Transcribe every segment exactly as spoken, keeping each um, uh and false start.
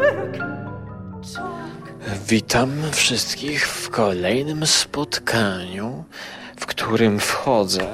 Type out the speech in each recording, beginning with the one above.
Witam wszystkich w kolejnym spotkaniu, w którym wchodzę,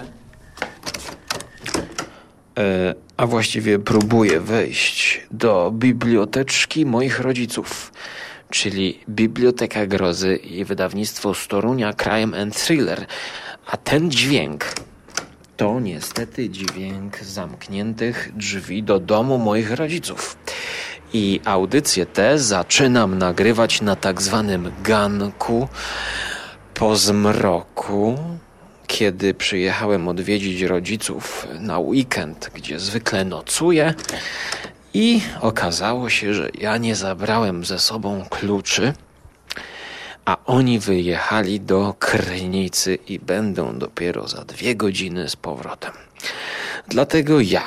e, a właściwie próbuję wejść do biblioteczki moich rodziców, czyli Biblioteka Grozy i wydawnictwo z Torunia Crime and Thriller. A ten dźwięk to niestety dźwięk zamkniętych drzwi do domu moich rodziców. I audycje te zaczynam nagrywać na tak zwanym ganku po zmroku, kiedy przyjechałem odwiedzić rodziców na weekend, gdzie zwykle nocuję, i okazało się, że ja nie zabrałem ze sobą kluczy, a oni wyjechali do Krynicy i będą dopiero za dwie godziny z powrotem. Dlatego ja,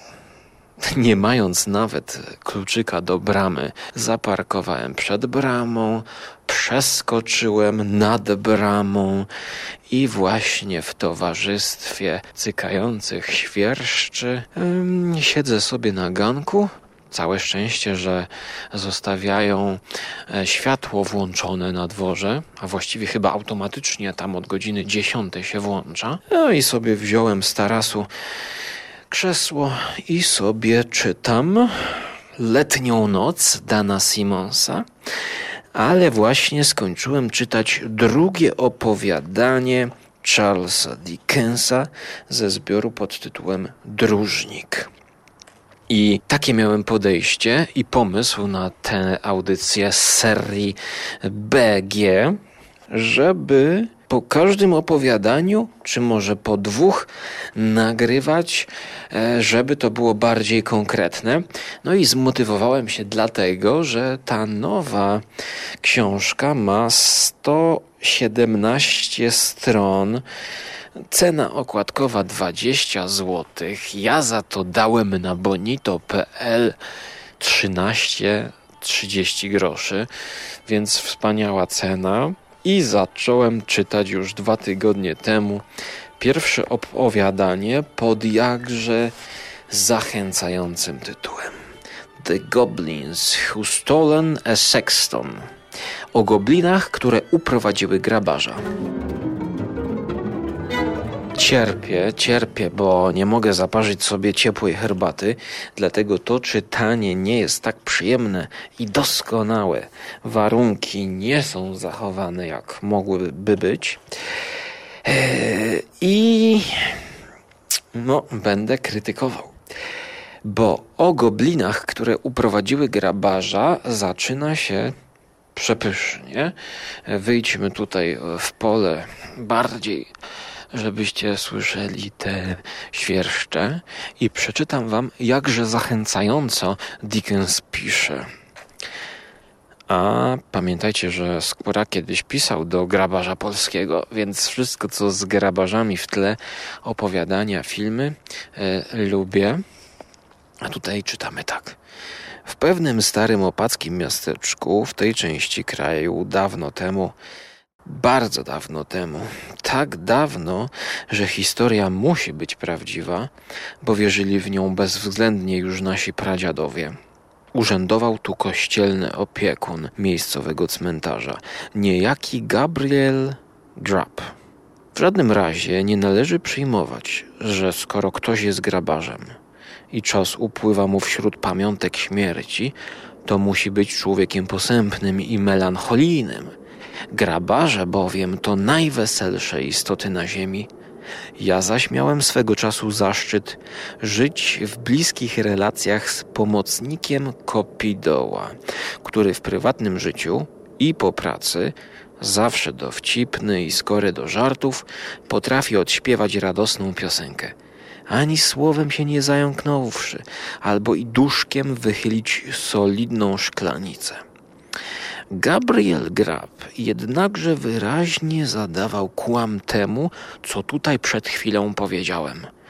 nie mając nawet kluczyka do bramy, zaparkowałem przed bramą, przeskoczyłem nad bramą i właśnie w towarzystwie cykających świerszczy ym, siedzę sobie na ganku. Całe szczęście, że zostawiają światło włączone na dworze, a właściwie chyba automatycznie tam od godziny dziesiątej się włącza. No i sobie wziąłem z tarasu krzesło i sobie czytam Letnią noc Dana Simonsa, ale właśnie skończyłem czytać drugie opowiadanie Charlesa Dickensa ze zbioru pod tytułem Dróżnik. I takie miałem podejście i pomysł na tę audycję z serii B G, żeby po każdym opowiadaniu, czy może po dwóch, nagrywać, żeby to było bardziej konkretne. No i zmotywowałem się dlatego, że ta nowa książka ma sto siedemnaście stron, cena okładkowa dwadzieścia złotych. Ja za to dałem na bonito kropka p l trzynaście trzydzieści groszy, więc wspaniała cena. I zacząłem czytać już dwa tygodnie temu pierwsze opowiadanie pod jakże zachęcającym tytułem The Goblins Who Stolen a Sexton. O goblinach, które uprowadziły grabarza. Cierpię, cierpię, bo nie mogę zaparzyć sobie ciepłej herbaty, dlatego to czytanie nie jest tak przyjemne i doskonałe. Warunki nie są zachowane, jak mogłyby być. Eee, I no, będę krytykował. Bo o goblinach, które uprowadziły grabarza, zaczyna się przepysznie. Wyjdźmy tutaj w pole bardziej, żebyście słyszeli te świerszcze, i przeczytam wam, jakże zachęcająco Dickens pisze. A pamiętajcie, że Skóra kiedyś pisał do Grabarza Polskiego, więc wszystko, co z grabarzami w tle, opowiadania, filmy, e, lubię. A tutaj czytamy tak. W pewnym starym opackim miasteczku w tej części kraju dawno temu, bardzo dawno temu, tak dawno, że historia musi być prawdziwa, bo wierzyli w nią bezwzględnie już nasi pradziadowie. Urzędował tu kościelny opiekun miejscowego cmentarza, niejaki Gabriel Grubb. W żadnym razie nie należy przyjmować, że skoro ktoś jest grabarzem i czas upływa mu wśród pamiątek śmierci, to musi być człowiekiem posępnym i melancholijnym. Grabarze bowiem to najweselsze istoty na ziemi. Ja zaś miałem swego czasu zaszczyt żyć w bliskich relacjach z pomocnikiem Kopidoła, który w prywatnym życiu i po pracy, zawsze dowcipny i skory do żartów, potrafi odśpiewać radosną piosenkę, ani słowem się nie zająknąwszy, albo i duszkiem wychylić solidną szklanicę. Gabriel Grubb jednakże wyraźnie zadawał kłam temu, co tutaj przed chwilą powiedziałem.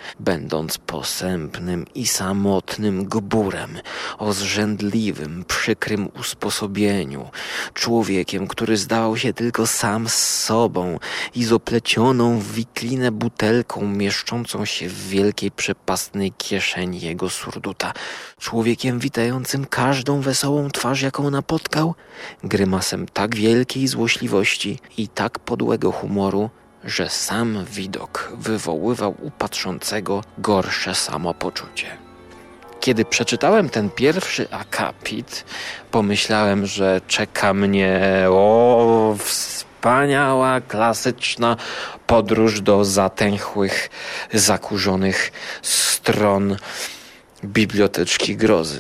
będąc posępnym i samotnym gburem o zrzędliwym, przykrym usposobieniu, człowiekiem, który zdawał się tylko sam z sobą i z oplecioną w wiklinę butelką mieszczącą się w wielkiej przepastnej kieszeni jego surduta, człowiekiem witającym każdą wesołą twarz, jaką napotkał, grymasem tak wielkiej złośliwości i tak podłego humoru, że sam widok wywoływał u patrzącego gorsze samopoczucie. Kiedy przeczytałem ten pierwszy akapit, pomyślałem, że czeka mnie o wspaniała, klasyczna podróż do zatęchłych, zakurzonych stron Biblioteczki Grozy.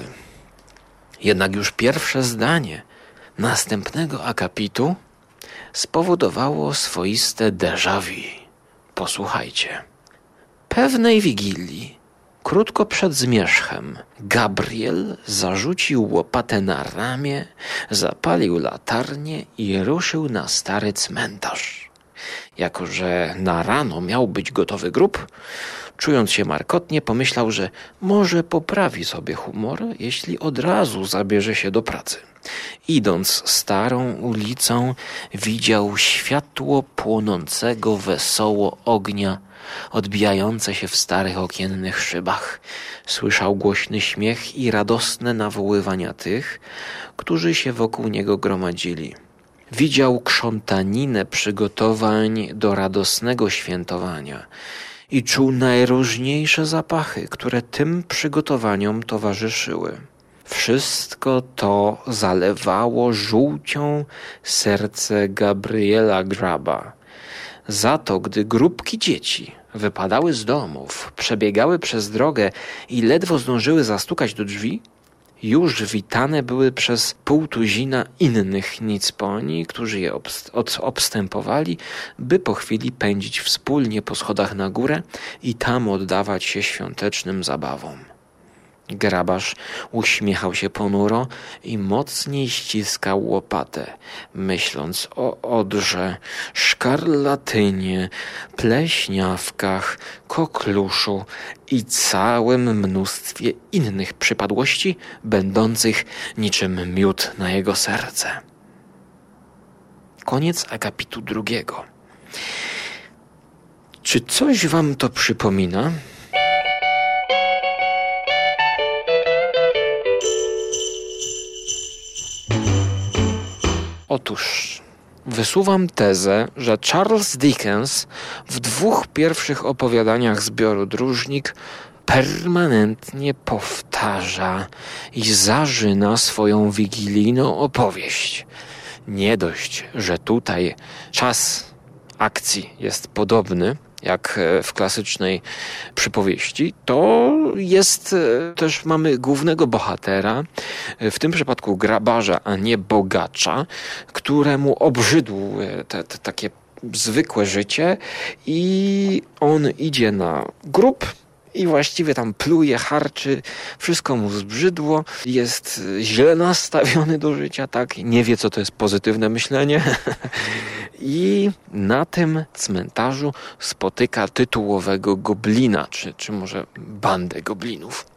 Jednak już pierwsze zdanie następnego akapitu spowodowało swoiste déjà vu. Posłuchajcie. Pewnej wigilii, krótko przed zmierzchem, Gabriel zarzucił łopatę na ramię, zapalił latarnię i ruszył na stary cmentarz. Jako że na rano miał być gotowy grób, czując się markotnie, pomyślał, że może poprawi sobie humor, jeśli od razu zabierze się do pracy. Idąc starą ulicą, widział światło płonącego wesoło ognia, odbijające się w starych okiennych szybach. Słyszał głośny śmiech i radosne nawoływania tych, którzy się wokół niego gromadzili. Widział krzątaninę przygotowań do radosnego świętowania i czuł najróżniejsze zapachy, które tym przygotowaniom towarzyszyły. Wszystko to zalewało żółcią serce Gabriela Graba. Za to, gdy grupki dzieci wypadały z domów, przebiegały przez drogę i ledwo zdążyły zastukać do drzwi, już witane były przez półtuzina innych nicponi, którzy je obst- od- obstępowali, by po chwili pędzić wspólnie po schodach na górę i tam oddawać się świątecznym zabawom. Grabarz uśmiechał się ponuro i mocniej ściskał łopatę, myśląc o odrze, szkarlatynie, pleśniawkach, kokluszu i całym mnóstwie innych przypadłości, będących niczym miód na jego serce. Koniec akapitu drugiego. Czy coś wam to przypomina? Otóż wysuwam tezę, że Charles Dickens w dwóch pierwszych opowiadaniach zbioru Dróżnik permanentnie powtarza i zarzyna swoją wigilijną opowieść. Nie dość, że tutaj czas akcji jest podobny, jak w klasycznej przypowieści, to jest też, mamy głównego bohatera, w tym przypadku grabarza, a nie bogacza, któremu obrzydł te, te takie zwykłe życie i on idzie na grób i właściwie tam pluje, harczy, wszystko mu zbrzydło, jest źle nastawiony do życia, tak, nie wie, co to jest pozytywne myślenie i na tym cmentarzu spotyka tytułowego goblina, czy, czy może bandę goblinów.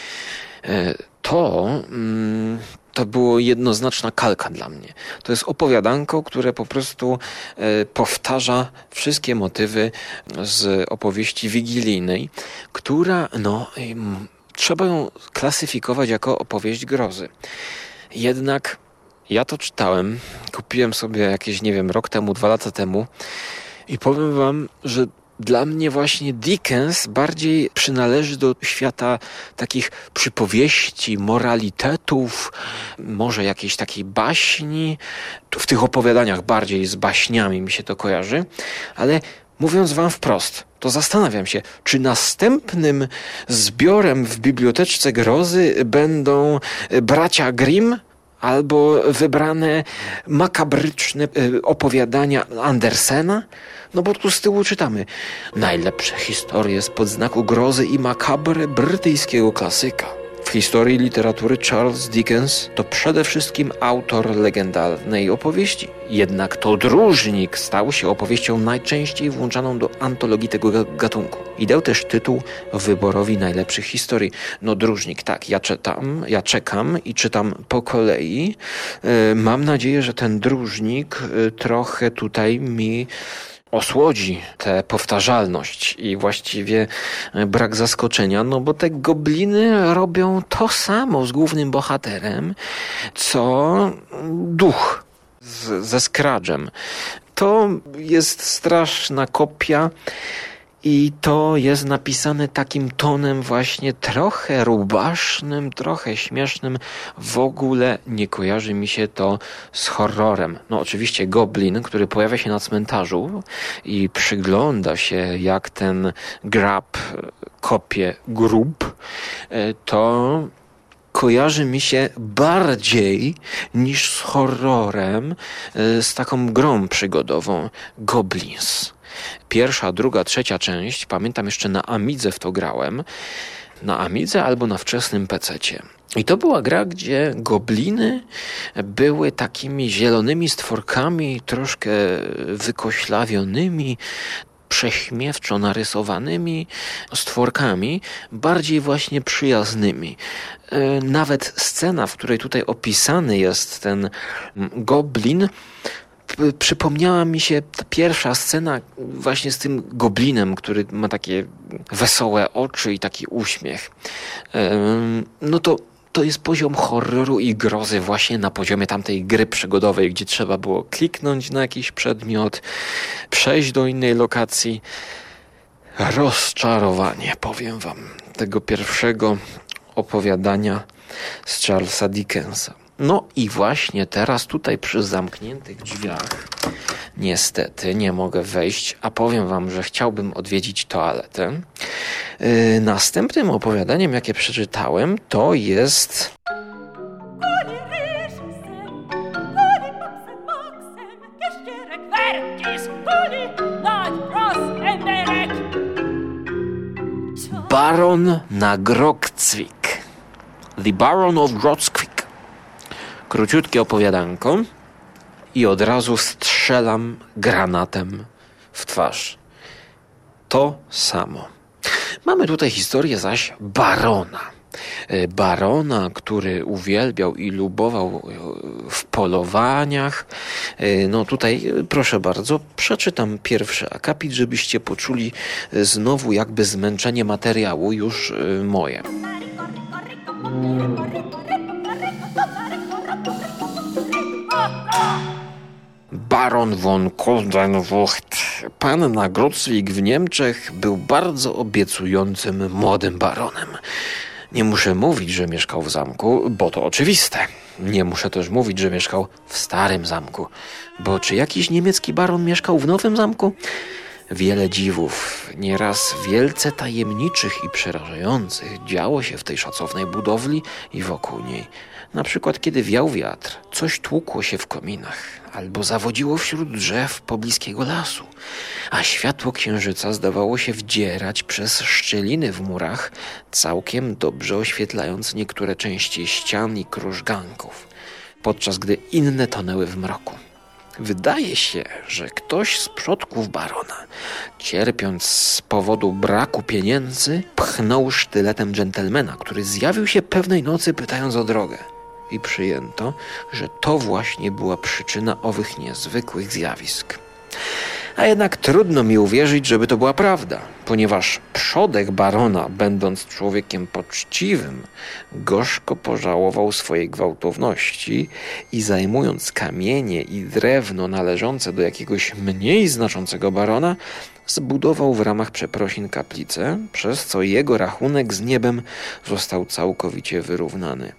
To... Mm, To było jednoznaczna kalka dla mnie. To jest opowiadanko, które po prostu e, powtarza wszystkie motywy z opowieści wigilijnej, która, no, m, trzeba ją klasyfikować jako opowieść grozy. Jednak ja to czytałem, kupiłem sobie jakieś, nie wiem, rok temu, dwa lata temu i powiem wam, że dla mnie właśnie Dickens bardziej przynależy do świata takich przypowieści, moralitetów, może jakiejś takiej baśni. W tych opowiadaniach bardziej z baśniami mi się to kojarzy, ale mówiąc wam wprost, to zastanawiam się, czy następnym zbiorem w Biblioteczce Grozy będą bracia Grimm, albo wybrane makabryczne opowiadania Andersena? No bo tu z tyłu czytamy najlepsze historie spod znaku grozy i makabry brytyjskiego klasyka. W historii literatury Charles Dickens to przede wszystkim autor legendarnej opowieści. Jednak to Dróżnik stał się opowieścią najczęściej włączaną do antologii tego gatunku. I dał też tytuł wyborowi najlepszych historii. No Dróżnik, tak, ja czytam, ja czekam i czytam po kolei. Mam nadzieję, że ten Dróżnik trochę tutaj mi osłodzi tę powtarzalność i właściwie brak zaskoczenia, no bo te gobliny robią to samo z głównym bohaterem, co duch z, ze Scrooge'em. To jest straszna kopia i to jest napisane takim tonem właśnie trochę rubasznym, trochę śmiesznym. W ogóle nie kojarzy mi się to z horrorem. No oczywiście goblin, który pojawia się na cmentarzu i przygląda się, jak ten grab kopie grób, to kojarzy mi się bardziej niż z horrorem, z taką grą przygodową Goblins. Pierwsza, druga, trzecia część, pamiętam jeszcze na Amidze w to grałem, na Amidze albo na wczesnym pececie. I to była gra, gdzie gobliny były takimi zielonymi stworkami, troszkę wykoślawionymi, prześmiewczo narysowanymi stworkami, bardziej właśnie przyjaznymi. Nawet scena, w której tutaj opisany jest ten goblin, przypomniała mi się ta pierwsza scena właśnie z tym goblinem, który ma takie wesołe oczy i taki uśmiech. No to to jest poziom horroru i grozy właśnie na poziomie tamtej gry przygodowej, gdzie trzeba było kliknąć na jakiś przedmiot, przejść do innej lokacji. Rozczarowanie, powiem wam, tego pierwszego opowiadania z Charlesa Dickensa. No i właśnie teraz tutaj przy zamkniętych drzwiach niestety nie mogę wejść, a powiem wam, że chciałbym odwiedzić toaletę. Yy, następnym opowiadaniem, jakie przeczytałem, to jest... Baron na Grockwijk. The Baron of Grockwijk. Króciutkie opowiadanko i od razu strzelam granatem w twarz. To samo. Mamy tutaj historię zaś barona. Barona, który uwielbiał i lubował w polowaniach. No tutaj, proszę bardzo, przeczytam pierwszy akapit, żebyście poczuli znowu jakby zmęczenie materiału już moje. Baron von Koldenwucht, pan na Grockwijk w Niemczech, był bardzo obiecującym młodym baronem. Nie muszę mówić, że mieszkał w zamku, bo to oczywiste. Nie muszę też mówić, że mieszkał w starym zamku, bo czy jakiś niemiecki baron mieszkał w nowym zamku? Wiele dziwów, nieraz wielce tajemniczych i przerażających działo się w tej szacownej budowli i wokół niej. Na przykład kiedy wiał wiatr, coś tłukło się w kominach albo zawodziło wśród drzew pobliskiego lasu, a światło księżyca zdawało się wdzierać przez szczeliny w murach, całkiem dobrze oświetlając niektóre części ścian i krużganków, podczas gdy inne tonęły w mroku. Wydaje się, że ktoś z przodków barona, cierpiąc z powodu braku pieniędzy, pchnął sztyletem dżentelmena, który zjawił się pewnej nocy pytając o drogę. I przyjęto, że to właśnie była przyczyna owych niezwykłych zjawisk. A jednak trudno mi uwierzyć, żeby to była prawda, ponieważ przodek barona, będąc człowiekiem poczciwym, gorzko pożałował swojej gwałtowności i zajmując kamienie i drewno należące do jakiegoś mniej znaczącego barona, zbudował w ramach przeprosin kaplicę, przez co jego rachunek z niebem został całkowicie wyrównany.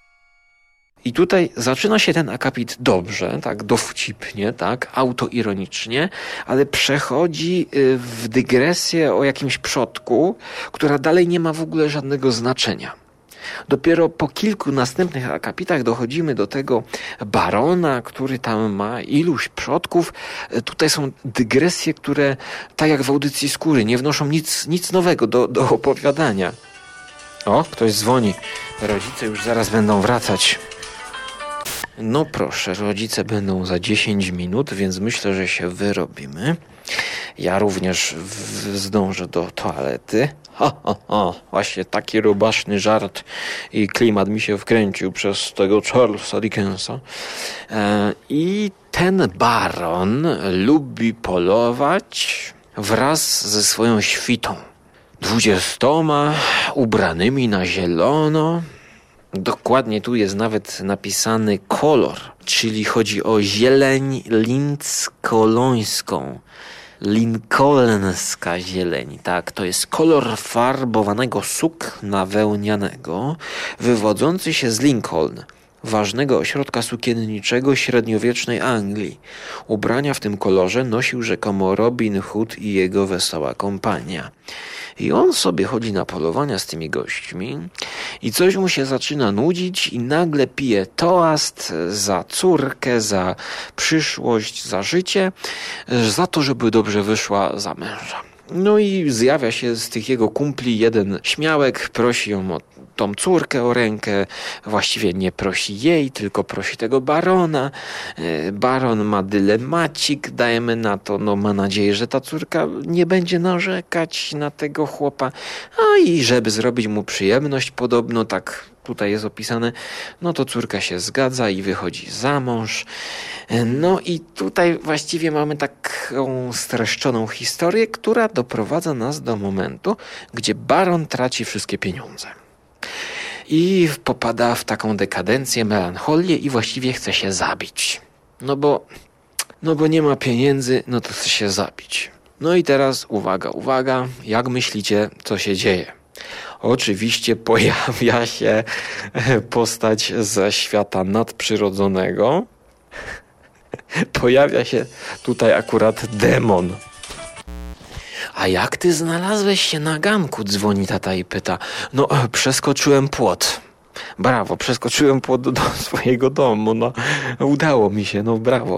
I tutaj zaczyna się ten akapit dobrze, tak dowcipnie, tak autoironicznie, ale przechodzi w dygresję o jakimś przodku, która dalej nie ma w ogóle żadnego znaczenia. Dopiero po kilku następnych akapitach dochodzimy do tego barona, który tam ma iluś przodków. Tutaj są dygresje, które tak jak w audycji Skóry nie wnoszą nic, nic nowego do, do opowiadania. O, ktoś dzwoni. Rodzice już zaraz będą wracać. No proszę, rodzice będą za dziesięć minut, więc myślę, że się wyrobimy. Ja również w- zdążę do toalety. Ha, ha, ha. Właśnie taki rubaszny żart i klimat mi się wkręcił przez tego Charlesa Dickensa. E, I ten baron lubi polować wraz ze swoją świtą. Dwudziestoma ubranymi na zielono. Dokładnie tu jest nawet napisany kolor, czyli chodzi o zieleń linckolońską. Lincolnska zieleń, tak, to jest kolor farbowanego sukna wełnianego, wywodzący się z Lincoln, ważnego ośrodka sukienniczego średniowiecznej Anglii. Ubrania w tym kolorze nosił rzekomo Robin Hood i jego wesoła kompania. I on sobie chodzi na polowania z tymi gośćmi i coś mu się zaczyna nudzić i nagle pije toast za córkę, za przyszłość, za życie, za to, żeby dobrze wyszła za męża. No i zjawia się z tych jego kumpli jeden śmiałek, prosi ją o tą córkę o rękę, właściwie nie prosi jej, tylko prosi tego barona. Baron ma dylemacik, dajemy na to, no ma nadzieję, że ta córka nie będzie narzekać na tego chłopa, a i żeby zrobić mu przyjemność, podobno tak tutaj jest opisane, no to córka się zgadza i wychodzi za mąż. No i tutaj właściwie mamy taką streszczoną historię, która doprowadza nas do momentu, gdzie baron traci wszystkie pieniądze. I popada w taką dekadencję, melancholię i właściwie chce się zabić. No bo, no bo nie ma pieniędzy, no to chce się zabić. No i teraz uwaga, uwaga, jak myślicie, co się dzieje? Oczywiście pojawia się postać ze świata nadprzyrodzonego. Pojawia się tutaj akurat demon. A jak ty znalazłeś się na ganku? Dzwoni tata i pyta. No, przeskoczyłem płot. Brawo, przeskoczyłem płot do, do swojego domu. No, udało mi się, no brawo.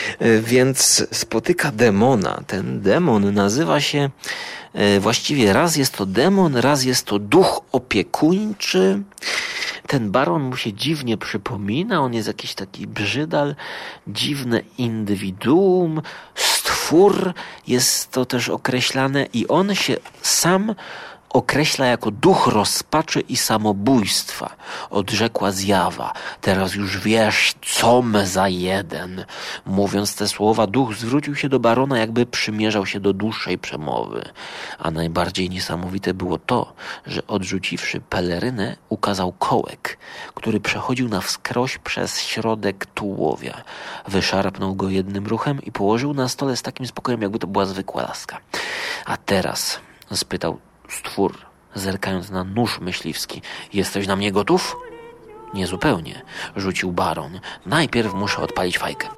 Więc spotyka demona. Ten demon nazywa się, właściwie raz jest to demon, raz jest to duch opiekuńczy. Ten baron mu się dziwnie przypomina, on jest jakiś taki brzydal, dziwne indywiduum, stwór, jest to też określane i on się sam określa jako duch rozpaczy i samobójstwa. Odrzekła zjawa. Teraz już wiesz, co me za jeden. Mówiąc te słowa, duch zwrócił się do barona, jakby przymierzał się do dłuższej przemowy. A najbardziej niesamowite było to, że odrzuciwszy pelerynę, ukazał kołek, który przechodził na wskroś przez środek tułowia. Wyszarpnął go jednym ruchem i położył na stole z takim spokojem, jakby to była zwykła laska. A teraz, spytał stwór, zerkając na nóż myśliwski. Jesteś na mnie gotów? Niezupełnie, rzucił baron. Najpierw muszę odpalić fajkę.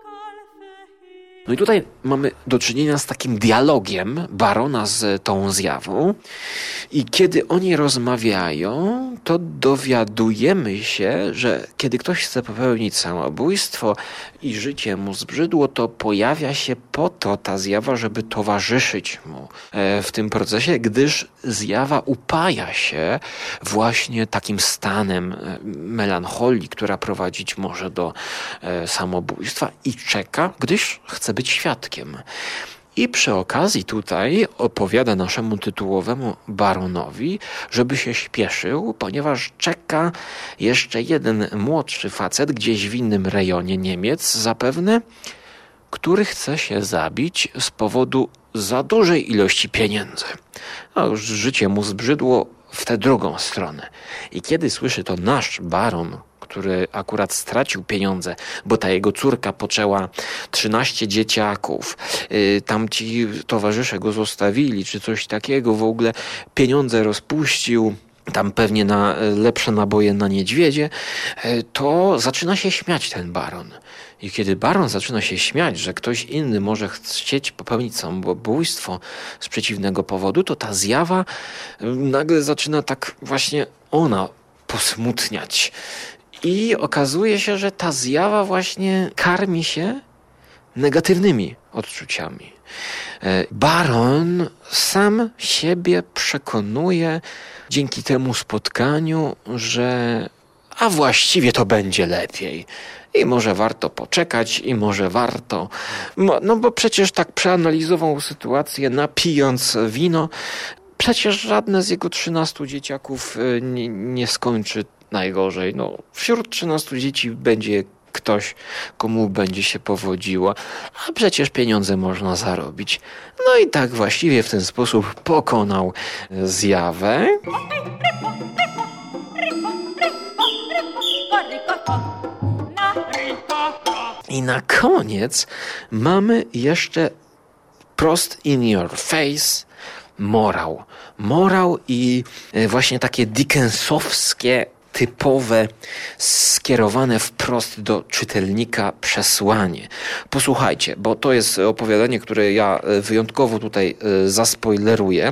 No i tutaj mamy do czynienia z takim dialogiem barona z tą zjawą i kiedy oni rozmawiają, to dowiadujemy się, że kiedy ktoś chce popełnić samobójstwo i życie mu zbrzydło, to pojawia się po to ta zjawa, żeby towarzyszyć mu w tym procesie, gdyż zjawa upaja się właśnie takim stanem melancholii, która prowadzić może do samobójstwa i czeka, gdyż chce być świadkiem. I przy okazji tutaj opowiada naszemu tytułowemu baronowi, żeby się śpieszył, ponieważ czeka jeszcze jeden młodszy facet gdzieś w innym rejonie Niemiec zapewne, który chce się zabić z powodu za dużej ilości pieniędzy. A już życie mu zbrzydło w tę drugą stronę. I kiedy słyszy to nasz baron, który akurat stracił pieniądze, bo ta jego córka poczęła trzynaście dzieciaków, yy, tamci towarzysze go zostawili, czy coś takiego, w ogóle pieniądze rozpuścił, tam pewnie na lepsze naboje na niedźwiedzie, yy, to zaczyna się śmiać ten baron. I kiedy baron zaczyna się śmiać, że ktoś inny może chcieć popełnić samobójstwo z przeciwnego powodu, to ta zjawa yy, nagle zaczyna tak właśnie ona posmutniać. I okazuje się, że ta zjawa właśnie karmi się negatywnymi odczuciami. Baron sam siebie przekonuje dzięki temu spotkaniu, że a właściwie to będzie lepiej. I może warto poczekać, i może warto... No bo przecież tak przeanalizował sytuację, napijąc wino. Przecież żadne z jego trzynastu dzieciaków nie, nie skończy najgorzej. No, wśród trzynastu dzieci będzie ktoś, komu będzie się powodziło, a przecież pieniądze można zarobić. No i tak właściwie w ten sposób pokonał zjawę. I na koniec mamy jeszcze prost in your face morał. Morał i właśnie takie dickensowskie, typowe, skierowane wprost do czytelnika przesłanie. Posłuchajcie, bo to jest opowiadanie, które ja wyjątkowo tutaj zaspoileruję.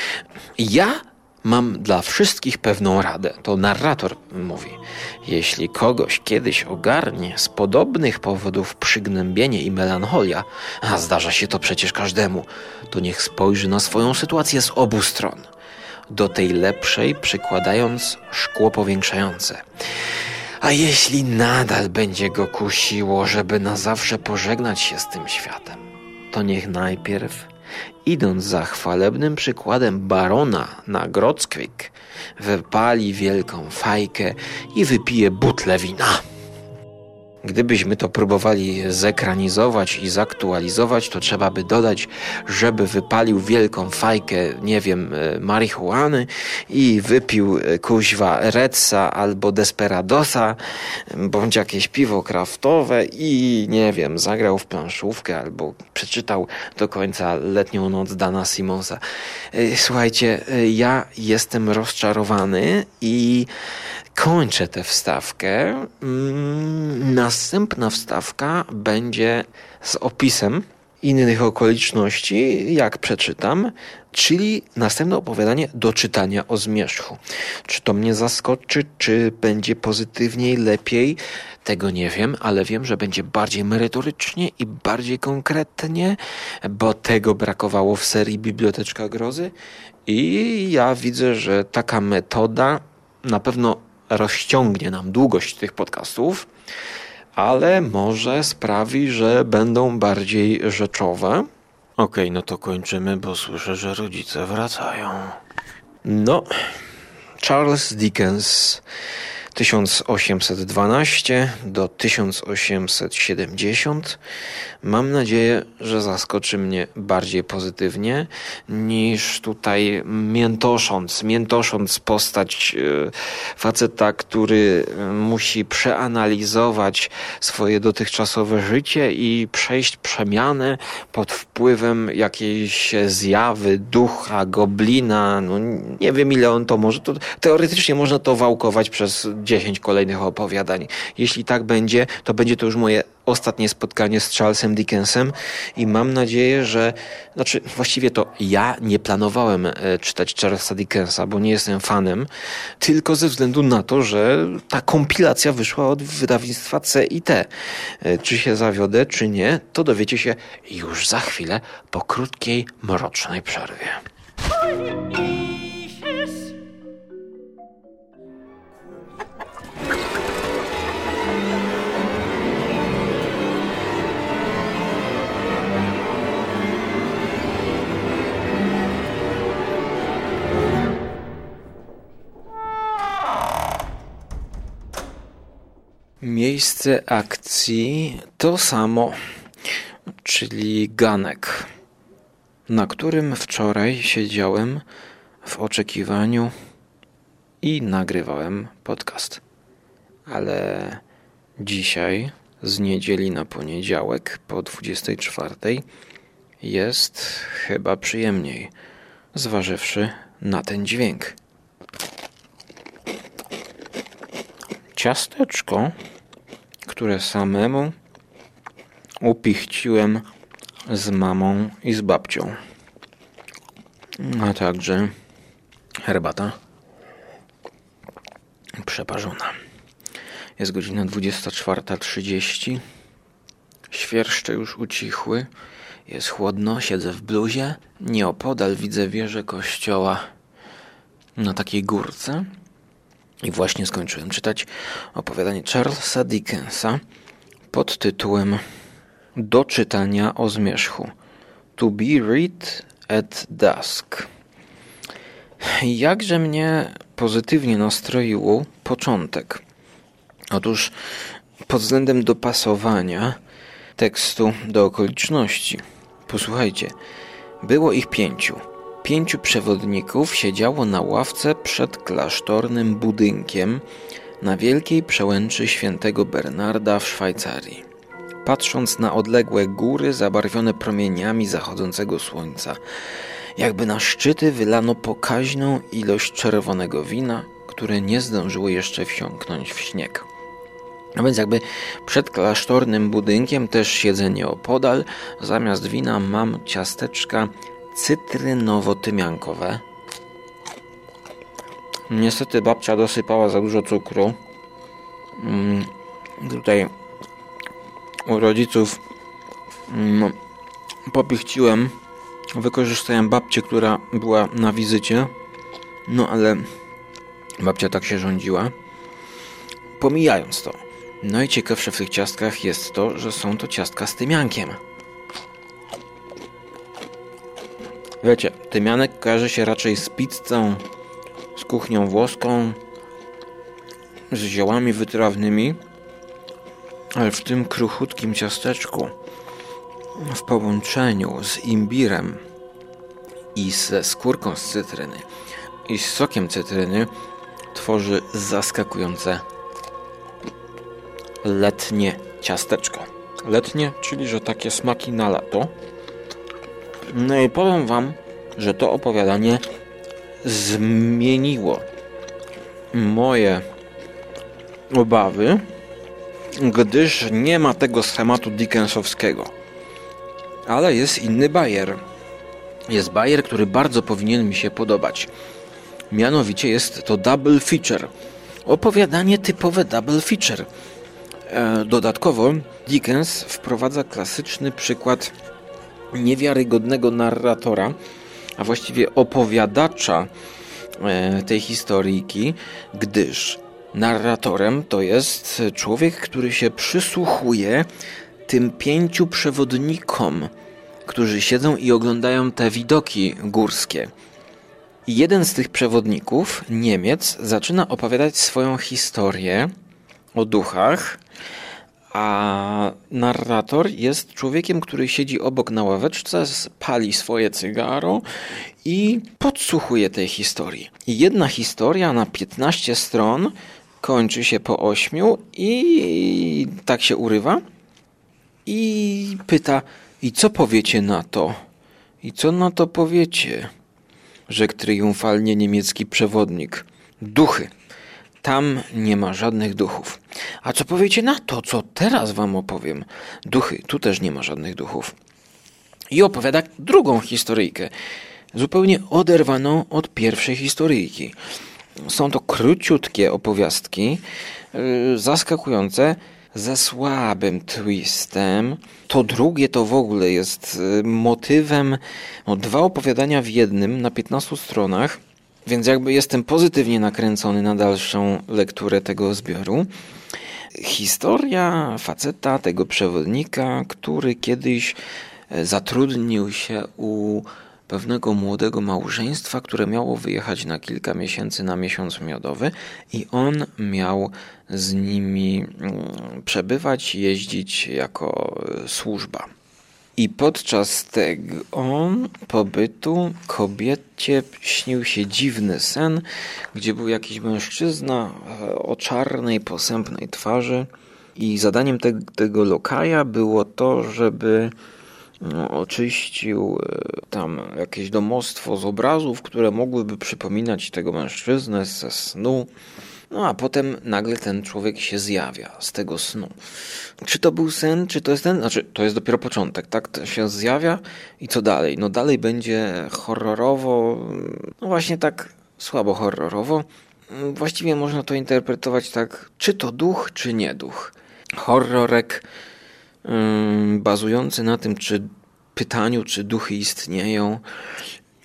Ja mam dla wszystkich pewną radę. To narrator mówi. Jeśli kogoś kiedyś ogarnie z podobnych powodów przygnębienie i melancholia, a zdarza się to przecież każdemu, to niech spojrzy na swoją sytuację z obu stron. Do tej lepszej przykładając szkło powiększające. A jeśli nadal będzie go kusiło, żeby na zawsze pożegnać się z tym światem, to niech najpierw, idąc za chwalebnym przykładem barona na Grodzkwik, wypali wielką fajkę i wypije butlę wina. Gdybyśmy to próbowali zekranizować i zaktualizować, to trzeba by dodać, żeby wypalił wielką fajkę, nie wiem, marihuany i wypił kuźwa Redsa albo Desperadosa, bądź jakieś piwo kraftowe i nie wiem, zagrał w planszówkę albo przeczytał do końca Letnią noc Dana Simonsa. Słuchajcie, ja jestem rozczarowany i kończę tę wstawkę. Następna wstawka będzie z opisem innych okoliczności, jak przeczytam, czyli następne opowiadanie do czytania o zmierzchu. Czy to mnie zaskoczy, czy będzie pozytywniej, lepiej? Tego nie wiem, ale wiem, że będzie bardziej merytorycznie i bardziej konkretnie, bo tego brakowało w serii Biblioteczka Grozy i ja widzę, że taka metoda na pewno rozciągnie nam długość tych podcastów, ale może sprawi, że będą bardziej rzeczowe. Okej, no to kończymy, bo słyszę, że rodzice wracają. No, Charles Dickens tysiąc osiemset dwanaście do tysiąc osiemset siedemdziesiąt. Mam nadzieję, że zaskoczy mnie bardziej pozytywnie niż tutaj miętosząc, miętosząc postać faceta, który musi przeanalizować swoje dotychczasowe życie i przejść przemianę pod wpływem jakiejś zjawy, ducha, goblina. No, nie wiem, ile on to może. To, teoretycznie można to wałkować przez dziesięć kolejnych opowiadań. Jeśli tak będzie, to będzie to już moje ostatnie spotkanie z Charlesem Dickensem i mam nadzieję, że znaczy właściwie to ja nie planowałem e, czytać Charlesa Dickensa, bo nie jestem fanem, tylko ze względu na to, że ta kompilacja wyszła od wydawnictwa C i T. E, czy się zawiodę, czy nie, to dowiecie się już za chwilę po krótkiej, mrocznej przerwie. Miejsce akcji to samo, czyli ganek, na którym wczoraj siedziałem w oczekiwaniu i nagrywałem podcast. Ale dzisiaj, z niedzieli na poniedziałek po dwudziestej czwartej, jest chyba przyjemniej, zważywszy na ten dźwięk. Ciasteczko, które samemu upichciłem z mamą i z babcią, a także herbata przeparzona. Jest godzina dwudziesta czwarta trzydzieści. Świerszcze już ucichły. Jest chłodno, siedzę w bluzie. Nieopodal widzę wieżę kościoła na takiej górce. I właśnie skończyłem czytać opowiadanie Charlesa Dickensa pod tytułem Do czytania o zmierzchu. To be read at dusk. Jakże mnie pozytywnie nastroił początek. Otóż pod względem dopasowania tekstu do okoliczności. Posłuchajcie, było ich pięciu. Pięciu przewodników siedziało na ławce przed klasztornym budynkiem na wielkiej przełęczy świętego Bernarda w Szwajcarii, patrząc na odległe góry zabarwione promieniami zachodzącego słońca, jakby na szczyty wylano pokaźną ilość czerwonego wina, które nie zdążyło jeszcze wsiąknąć w śnieg. A więc jakby przed klasztornym budynkiem też siedzenie opodal, zamiast wina mam ciasteczka cytrynowo-tymiankowe. Niestety babcia dosypała za dużo cukru. Mm, tutaj u rodziców mm, popichciłem. Wykorzystałem babcię, która była na wizycie. No ale babcia tak się rządziła. Pomijając to, najciekawsze w tych ciastkach jest to, że są to ciastka z tymiankiem. Wiecie, tymianek kojarzy się raczej z pizzą, z kuchnią włoską, z ziołami wytrawnymi, ale w tym kruchutkim ciasteczku, w połączeniu z imbirem i ze skórką z cytryny i z sokiem cytryny, tworzy zaskakujące letnie ciasteczko. Letnie, czyli że takie smaki na lato. No i powiem wam, że to opowiadanie zmieniło moje obawy, gdyż nie ma tego schematu dickensowskiego. Ale jest inny bajer. Jest bajer, który bardzo powinien mi się podobać. Mianowicie jest to double feature. Opowiadanie typowe double feature. Dodatkowo Dickens wprowadza klasyczny przykład niewiarygodnego narratora, a właściwie opowiadacza tej historyjki, gdyż narratorem to jest człowiek, który się przysłuchuje tym pięciu przewodnikom, którzy siedzą i oglądają te widoki górskie. I jeden z tych przewodników, Niemiec, zaczyna opowiadać swoją historię o duchach, a narrator jest człowiekiem, który siedzi obok na ławeczce, pali swoje cygaro i podsłuchuje tej historii. I jedna historia na piętnaście stron kończy się po ośmiu i tak się urywa i pyta: i co powiecie na to? I co na to powiecie? Rzekł triumfalnie niemiecki przewodnik: duchy. Tam nie ma żadnych duchów. A co powiecie na to, co teraz wam opowiem? Duchy, tu też nie ma żadnych duchów. I opowiada drugą historyjkę, zupełnie oderwaną od pierwszej historyjki. Są to króciutkie opowiastki, yy, zaskakujące, ze słabym twistem. To drugie to w ogóle jest yy, motywem, no, dwa opowiadania w jednym na piętnastu stronach. Więc jakby jestem pozytywnie nakręcony na dalszą lekturę tego zbioru. Historia faceta, tego przewodnika, który kiedyś zatrudnił się u pewnego młodego małżeństwa, które miało wyjechać na kilka miesięcy na miesiąc miodowy i on miał z nimi przebywać, jeździć jako służba. I podczas tego pobytu kobiecie śnił się dziwny sen, gdzie był jakiś mężczyzna o czarnej, posępnej twarzy i zadaniem te, tego lokaja było to, żeby no, oczyścił tam jakieś domostwo z obrazów, które mogłyby przypominać tego mężczyznę ze snu. No a potem nagle ten człowiek się zjawia z tego snu. Czy to był sen, czy to jest ten? Znaczy, to jest dopiero początek, tak? To się zjawia i co dalej? No dalej będzie horrorowo, no właśnie tak słabo horrorowo. Właściwie można to interpretować tak, czy to duch, czy nie duch. Horrorek yy, bazujący na tym, czy pytaniu, czy duchy istnieją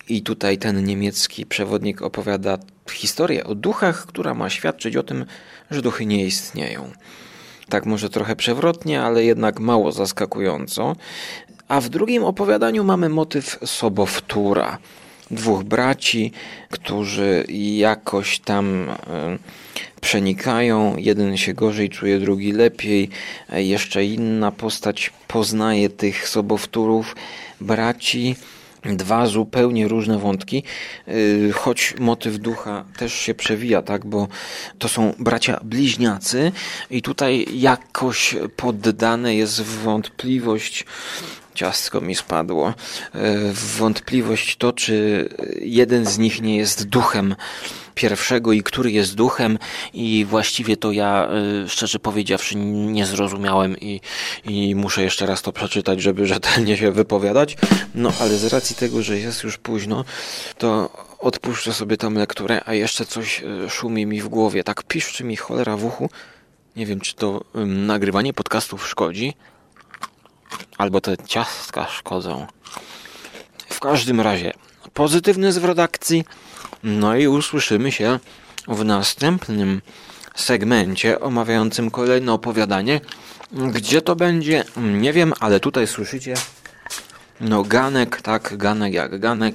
I tutaj ten niemiecki przewodnik opowiada historię o duchach, która ma świadczyć o tym, że duchy nie istnieją. Tak może trochę przewrotnie, ale jednak mało zaskakująco. A w drugim opowiadaniu mamy motyw sobowtóra. Dwóch braci, którzy jakoś tam przenikają. Jeden się gorzej czuje, drugi lepiej. Jeszcze inna postać poznaje tych sobowtórów braci. Dwa zupełnie różne wątki, choć motyw ducha też się przewija, tak, bo to są bracia bliźniacy i tutaj jakoś poddane jest w wątpliwość, ciastko mi spadło, w wątpliwość to, czy jeden z nich nie jest duchem pierwszego i który jest duchem, i właściwie to ja, szczerze powiedziawszy, nie zrozumiałem i, i muszę jeszcze raz to przeczytać, żeby rzetelnie się wypowiadać. No ale z racji tego, że jest już późno, to odpuszczę sobie tą lekturę, a jeszcze coś szumi mi w głowie, tak piszczy mi cholera w uchu. Nie wiem, czy to um, nagrywanie podcastów szkodzi, albo te ciastka szkodzą. W każdym razie, pozytywny zwrot akcji. No i usłyszymy się w następnym segmencie omawiającym kolejne opowiadanie. Gdzie to będzie? Nie wiem, ale tutaj słyszycie no ganek, tak, ganek jak ganek.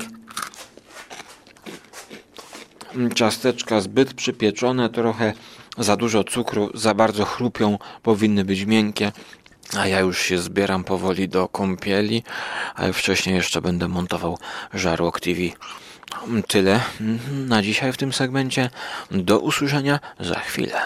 Ciasteczka zbyt przypieczone, trochę za dużo cukru, za bardzo chrupią, powinny być miękkie. A ja już się zbieram powoli do kąpieli, ale wcześniej jeszcze będę montował Żarłok T V. Tyle na dzisiaj w tym segmencie. Do usłyszenia za chwilę.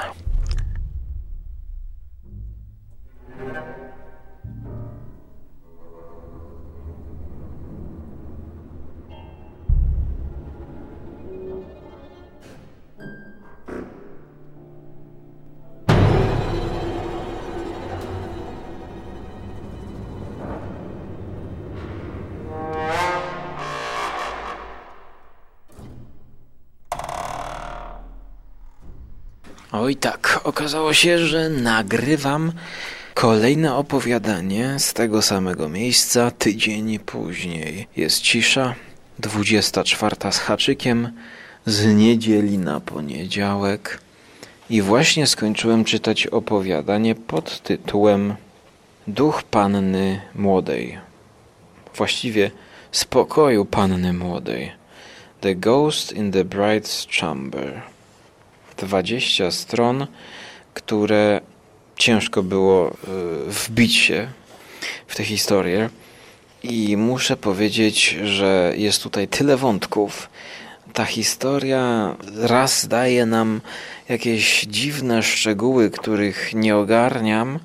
Oj tak, okazało się, że nagrywam kolejne opowiadanie z tego samego miejsca tydzień później. Jest cisza, dwudziesta czwarta z haczykiem, z niedzieli na poniedziałek i właśnie skończyłem czytać opowiadanie pod tytułem Duch Panny Młodej. Właściwie Spokoju Panny Młodej. The Ghost in the Bride's Chamber. dwadzieścia stron, które ciężko było wbić się w tę historię i muszę powiedzieć, że jest tutaj tyle wątków. Ta historia raz daje nam jakieś dziwne szczegóły, których nie ogarniam,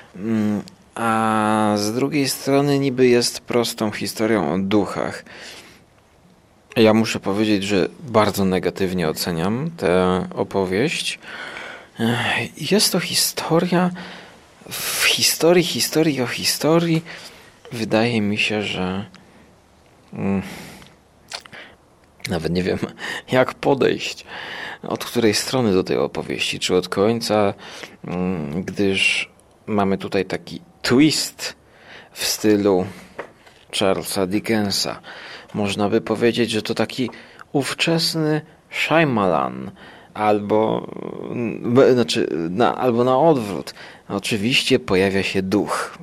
a z drugiej strony niby jest prostą historią o duchach. Ja muszę powiedzieć, że bardzo negatywnie oceniam tę opowieść. Jest to historia w historii, historii o historii. Wydaje mi się, że hmm, nawet nie wiem, jak podejść, od której strony do tej opowieści, czy od końca, hmm, gdyż mamy tutaj taki twist w stylu Charlesa Dickensa. Można by powiedzieć, że to taki ówczesny Shyamalan, albo, znaczy, na, albo na odwrót. Oczywiście pojawia się duch.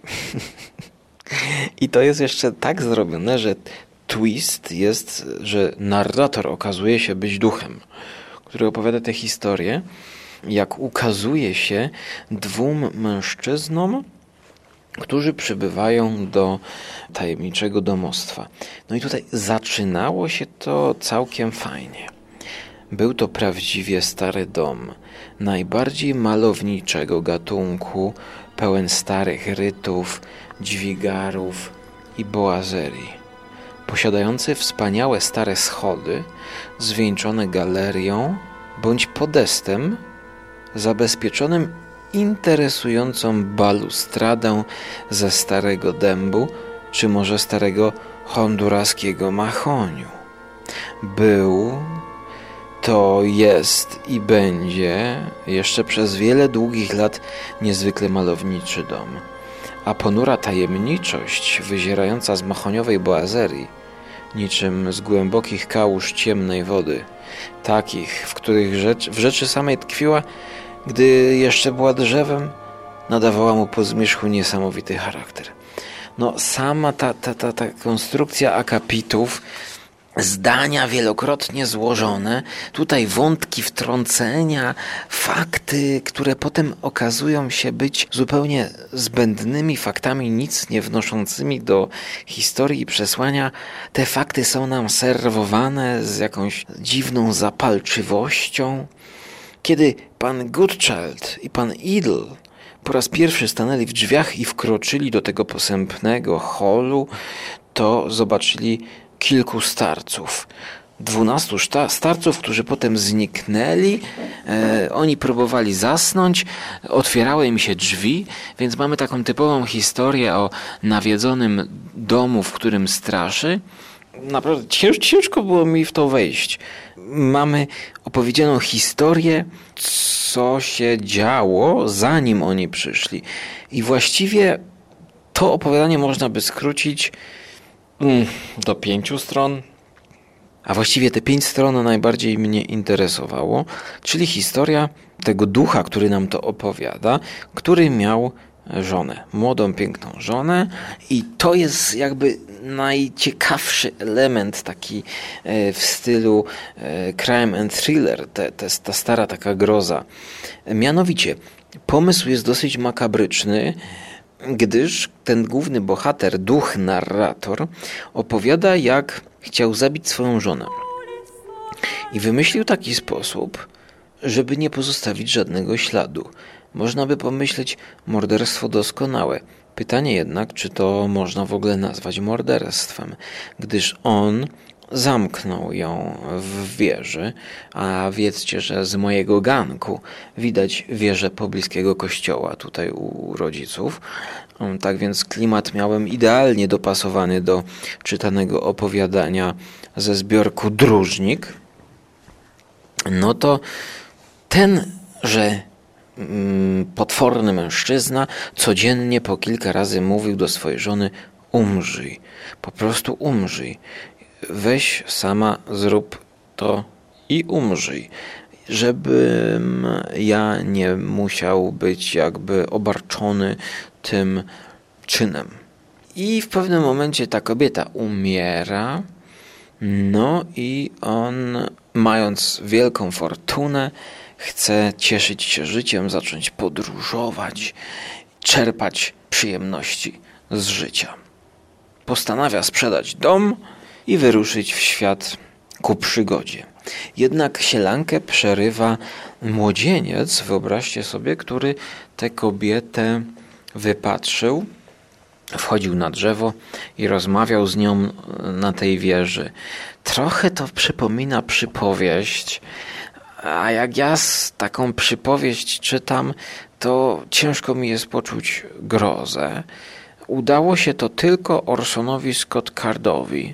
I to jest jeszcze tak zrobione, że twist jest, że narrator okazuje się być duchem, który opowiada tę historię, jak ukazuje się dwóm mężczyznom, którzy przybywają do tajemniczego domostwa. No i tutaj zaczynało się to całkiem fajnie. Był to prawdziwie stary dom, najbardziej malowniczego gatunku, pełen starych rytów, dźwigarów i boazerii. Posiadający wspaniałe stare schody, zwieńczone galerią bądź podestem zabezpieczonym interesującą balustradę ze starego dębu, czy może starego honduraskiego mahoniu. Był, to jest i będzie jeszcze przez wiele długich lat niezwykle malowniczy dom, a ponura tajemniczość wyzierająca z mahoniowej boazerii niczym z głębokich kałuż ciemnej wody, takich, w których rzecz, w rzeczy samej tkwiła, gdy jeszcze była drzewem, nadawała mu po zmierzchu niesamowity charakter. No sama ta, ta, ta, ta konstrukcja akapitów, zdania wielokrotnie złożone, tutaj wątki wtrącenia, fakty, które potem okazują się być zupełnie zbędnymi faktami, nic nie wnoszącymi do historii i przesłania. Te fakty są nam serwowane z jakąś dziwną zapalczywością. Kiedy pan Goodchild i pan Idle po raz pierwszy stanęli w drzwiach i wkroczyli do tego posępnego holu, to zobaczyli kilku starców. Dwunastu szta- starców, którzy potem zniknęli. E, oni próbowali zasnąć, otwierały im się drzwi, więc mamy taką typową historię o nawiedzonym domu, w którym straszy. Naprawdę cięż, ciężko było mi w to wejść. Mamy opowiedzianą historię, co się działo, zanim oni przyszli. I właściwie to opowiadanie można by skrócić mm, do pięciu stron. A właściwie te pięć stron najbardziej mnie interesowało, czyli historia tego ducha, który nam to opowiada, który miał żonę, młodą, piękną żonę, i to jest jakby najciekawszy element taki w stylu crime and thriller, te, te, ta stara taka groza. Mianowicie, pomysł jest dosyć makabryczny, gdyż ten główny bohater, duch, narrator, opowiada, jak chciał zabić swoją żonę. I wymyślił taki sposób, żeby nie pozostawić żadnego śladu. Można by pomyśleć, morderstwo doskonałe. Pytanie jednak, czy to można w ogóle nazwać morderstwem, gdyż on zamknął ją w wieży, a wiedzcie, że z mojego ganku widać wieżę pobliskiego kościoła tutaj u rodziców. Tak więc klimat miałem idealnie dopasowany do czytanego opowiadania ze zbiorku Dróżnik. No to tenże potworny mężczyzna codziennie po kilka razy mówił do swojej żony: umrzyj, po prostu umrzyj, weź sama zrób to i umrzyj, żebym ja nie musiał być jakby obarczony tym czynem. I w pewnym momencie ta kobieta umiera, no i on, mając wielką fortunę, chce cieszyć się życiem, zacząć podróżować, czerpać przyjemności z życia. Postanawia sprzedać dom i wyruszyć w świat ku przygodzie. Jednak sielankę przerywa młodzieniec, wyobraźcie sobie, który tę kobietę wypatrzył, wchodził na drzewo i rozmawiał z nią na tej wieży. Trochę to przypomina przypowieść, a jak ja taką przypowieść czytam, to ciężko mi jest poczuć grozę. Udało się to tylko Orsonowi Scott Cardowi,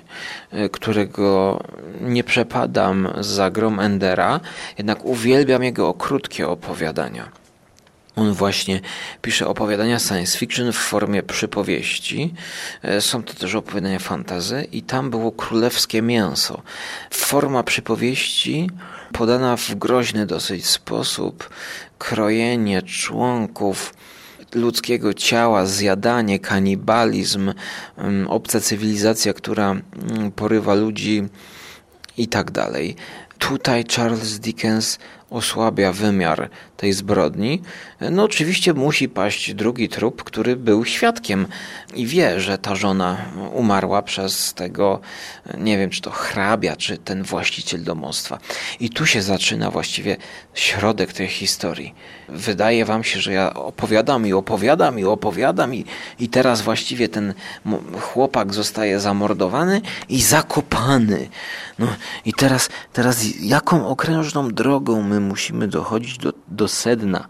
którego nie przepadam za grom Endera, jednak uwielbiam jego krótkie opowiadania. On właśnie pisze opowiadania science fiction w formie przypowieści. Są to też opowiadania fantasy i tam było królewskie mięso. Forma przypowieści podana w groźny dosyć sposób, krojenie członków ludzkiego ciała, zjadanie, kanibalizm, obca cywilizacja, która porywa ludzi i tak dalej. Tutaj Charles Dickens osłabia wymiar tej zbrodni. No oczywiście musi paść drugi trup, który był świadkiem i wie, że ta żona umarła przez tego, nie wiem, czy to hrabia, czy ten właściciel domostwa. I tu się zaczyna właściwie środek tej historii. Wydaje wam się, że ja opowiadam i opowiadam i opowiadam i, i teraz właściwie ten chłopak zostaje zamordowany i zakopany. No i teraz, teraz jaką okrężną drogą my musimy dochodzić do, do sedna,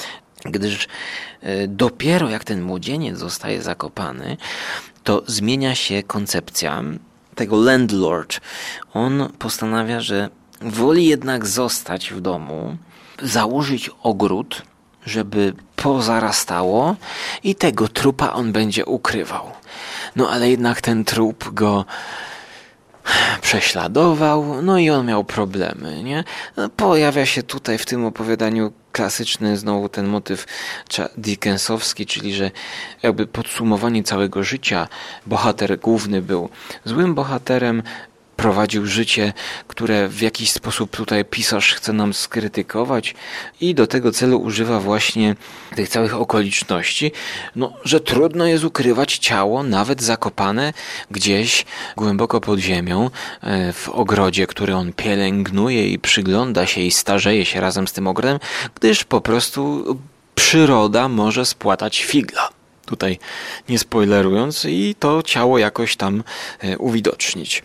gdyż dopiero jak ten młodzieniec zostaje zakopany, to zmienia się koncepcja tego landlord. On postanawia, że woli jednak zostać w domu, założyć ogród, żeby pozarastało i tego trupa on będzie ukrywał. No ale jednak ten trup go prześladował, no i on miał problemy, nie? No, pojawia się tutaj w tym opowiadaniu klasyczny znowu ten motyw Dickensowski, czyli że jakby podsumowanie całego życia. Bohater główny był złym bohaterem, prowadził życie, które w jakiś sposób tutaj pisarz chce nam skrytykować i do tego celu używa właśnie tych całych okoliczności, no, że trudno jest ukrywać ciało, nawet zakopane gdzieś głęboko pod ziemią, w ogrodzie, który on pielęgnuje i przygląda się i starzeje się razem z tym ogrodem, gdyż po prostu przyroda może spłatać figla. Tutaj nie spoilerując, i to ciało jakoś tam uwidocznić.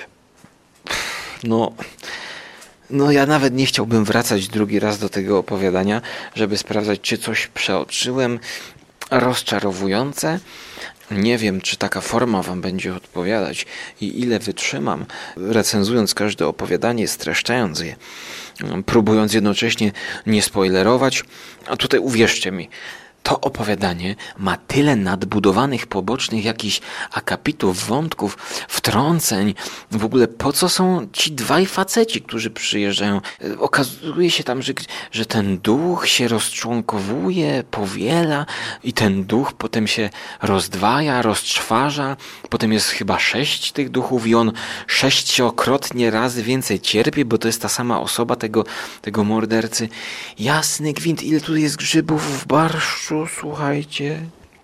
No, no ja nawet nie chciałbym wracać drugi raz do tego opowiadania, żeby sprawdzać, czy coś przeoczyłem. Rozczarowujące. Nie wiem, czy taka forma wam będzie odpowiadać i ile wytrzymam, recenzując każde opowiadanie, streszczając je, próbując jednocześnie nie spoilerować. A tutaj uwierzcie mi, to opowiadanie ma tyle nadbudowanych pobocznych jakichś akapitów, wątków, wtrąceń. W ogóle po co są ci dwaj faceci, którzy przyjeżdżają? Okazuje się tam, że, że ten duch się rozczłonkowuje, powiela i ten duch potem się rozdwaja, rozczwarza. Potem jest chyba sześć tych duchów i on sześciokrotnie razy więcej cierpi, bo to jest ta sama osoba tego, tego mordercy. Jasny gwint, ile tu jest grzybów w barszczu. Słuchajcie,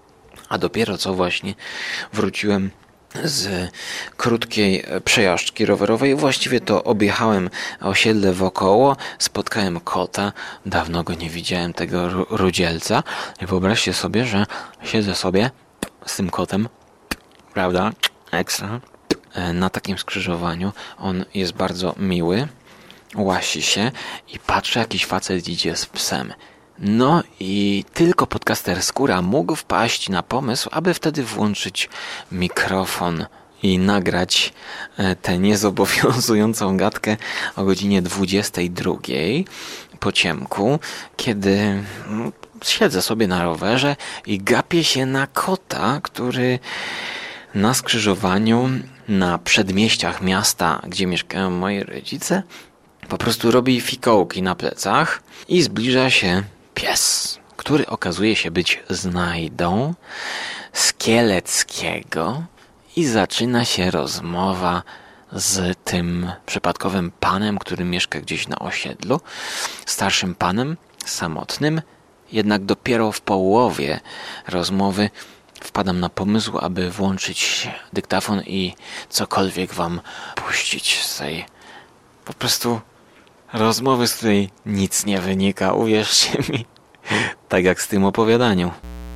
a dopiero co właśnie wróciłem z krótkiej przejażdżki rowerowej. Właściwie to objechałem osiedle wokoło, spotkałem kota, dawno go nie widziałem, tego rudzielca, i wyobraźcie sobie, że siedzę sobie z tym kotem, prawda, ekstra, na takim skrzyżowaniu. On jest bardzo miły, łasi się i patrzę, jakiś facet idzie z psem. No i tylko podcaster Skóra mógł wpaść na pomysł, aby wtedy włączyć mikrofon i nagrać tę niezobowiązującą gadkę o godzinie dwudziestej drugiej po ciemku, kiedy siedzę sobie na rowerze i gapię się na kota, który na skrzyżowaniu na przedmieściach miasta, gdzie mieszkają moi rodzice, po prostu robi fikołki na plecach i zbliża się pies, który okazuje się być znajdą z Kieleckiego i zaczyna się rozmowa z tym przypadkowym panem, który mieszka gdzieś na osiedlu, starszym panem, samotnym, jednak dopiero w połowie rozmowy wpadam na pomysł, aby włączyć dyktafon i cokolwiek wam puścić z tej po prostu rozmowy, z której nic nie wynika, uwierzcie mi. Tak jak z tym opowiadaniem.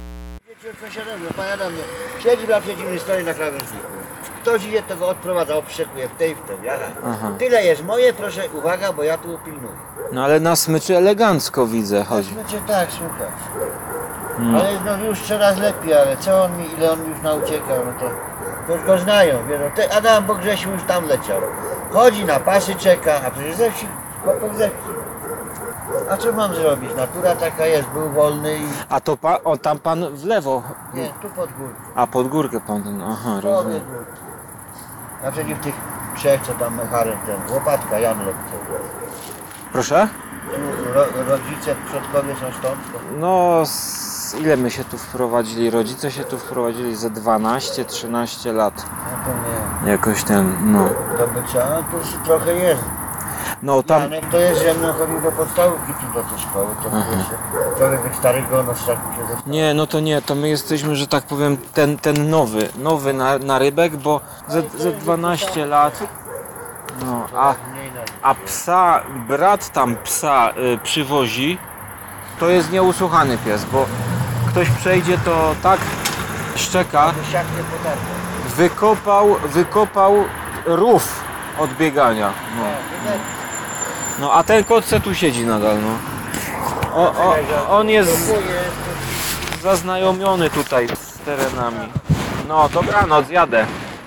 Siedzi na przeciwnej stronie na krawężniku. Ktoś idzie, to go odprowadza, obszekuje w tej, w tej. Aha. Tyle jest moje, proszę, uwaga, bo ja tu pilnuję. No ale na smyczy elegancko widzę, chodzi. Na smyczy tak, słuchaj. Hmm. Ale no już coraz lepiej, ale co on mi, ile on już nauciekał, no to, to już go znają, wiedzą. Te Adam Bogrzesiu już tam leciał. Chodzi na pasy, czeka, a przecież ze wsi, chłopak ze wsi. A co mam zrobić? Natura taka jest, był wolny i... A to pa, o, tam pan w lewo? Nie, tu pod górkę. A pod górkę pan, aha, rozumiem. Naprzeciw tych trzech, co tam mecharem, ten łopatka, Jan Lepce. Proszę? Ro, rodzice, przodkowie są stąd? No, z, ile my się tu wprowadzili? Rodzice się tu wprowadzili ze dwanaście trzynaście lat. No to nie. Jakoś ten, no. To by trzeba, to już trochę jest. No tam... Janek to jest, że mną chodził do podstawówki tu do tej szkoły, to wiesz, trochę tych starych gonoszczaków się zostało. Nie, no to nie, to my jesteśmy, że tak powiem, ten, ten nowy, nowy na, na rybek, bo ze, ze dwanaście lat, no, a, a psa, brat tam psa y, przywozi, to jest nieusłuchany pies, bo ktoś przejdzie, to tak szczeka, wykopał, wykopał rów od biegania, no. No a ten kot se tu siedzi nadal, no. O, o, on jest zaznajomiony tutaj z terenami. No, dobranoc, jadę.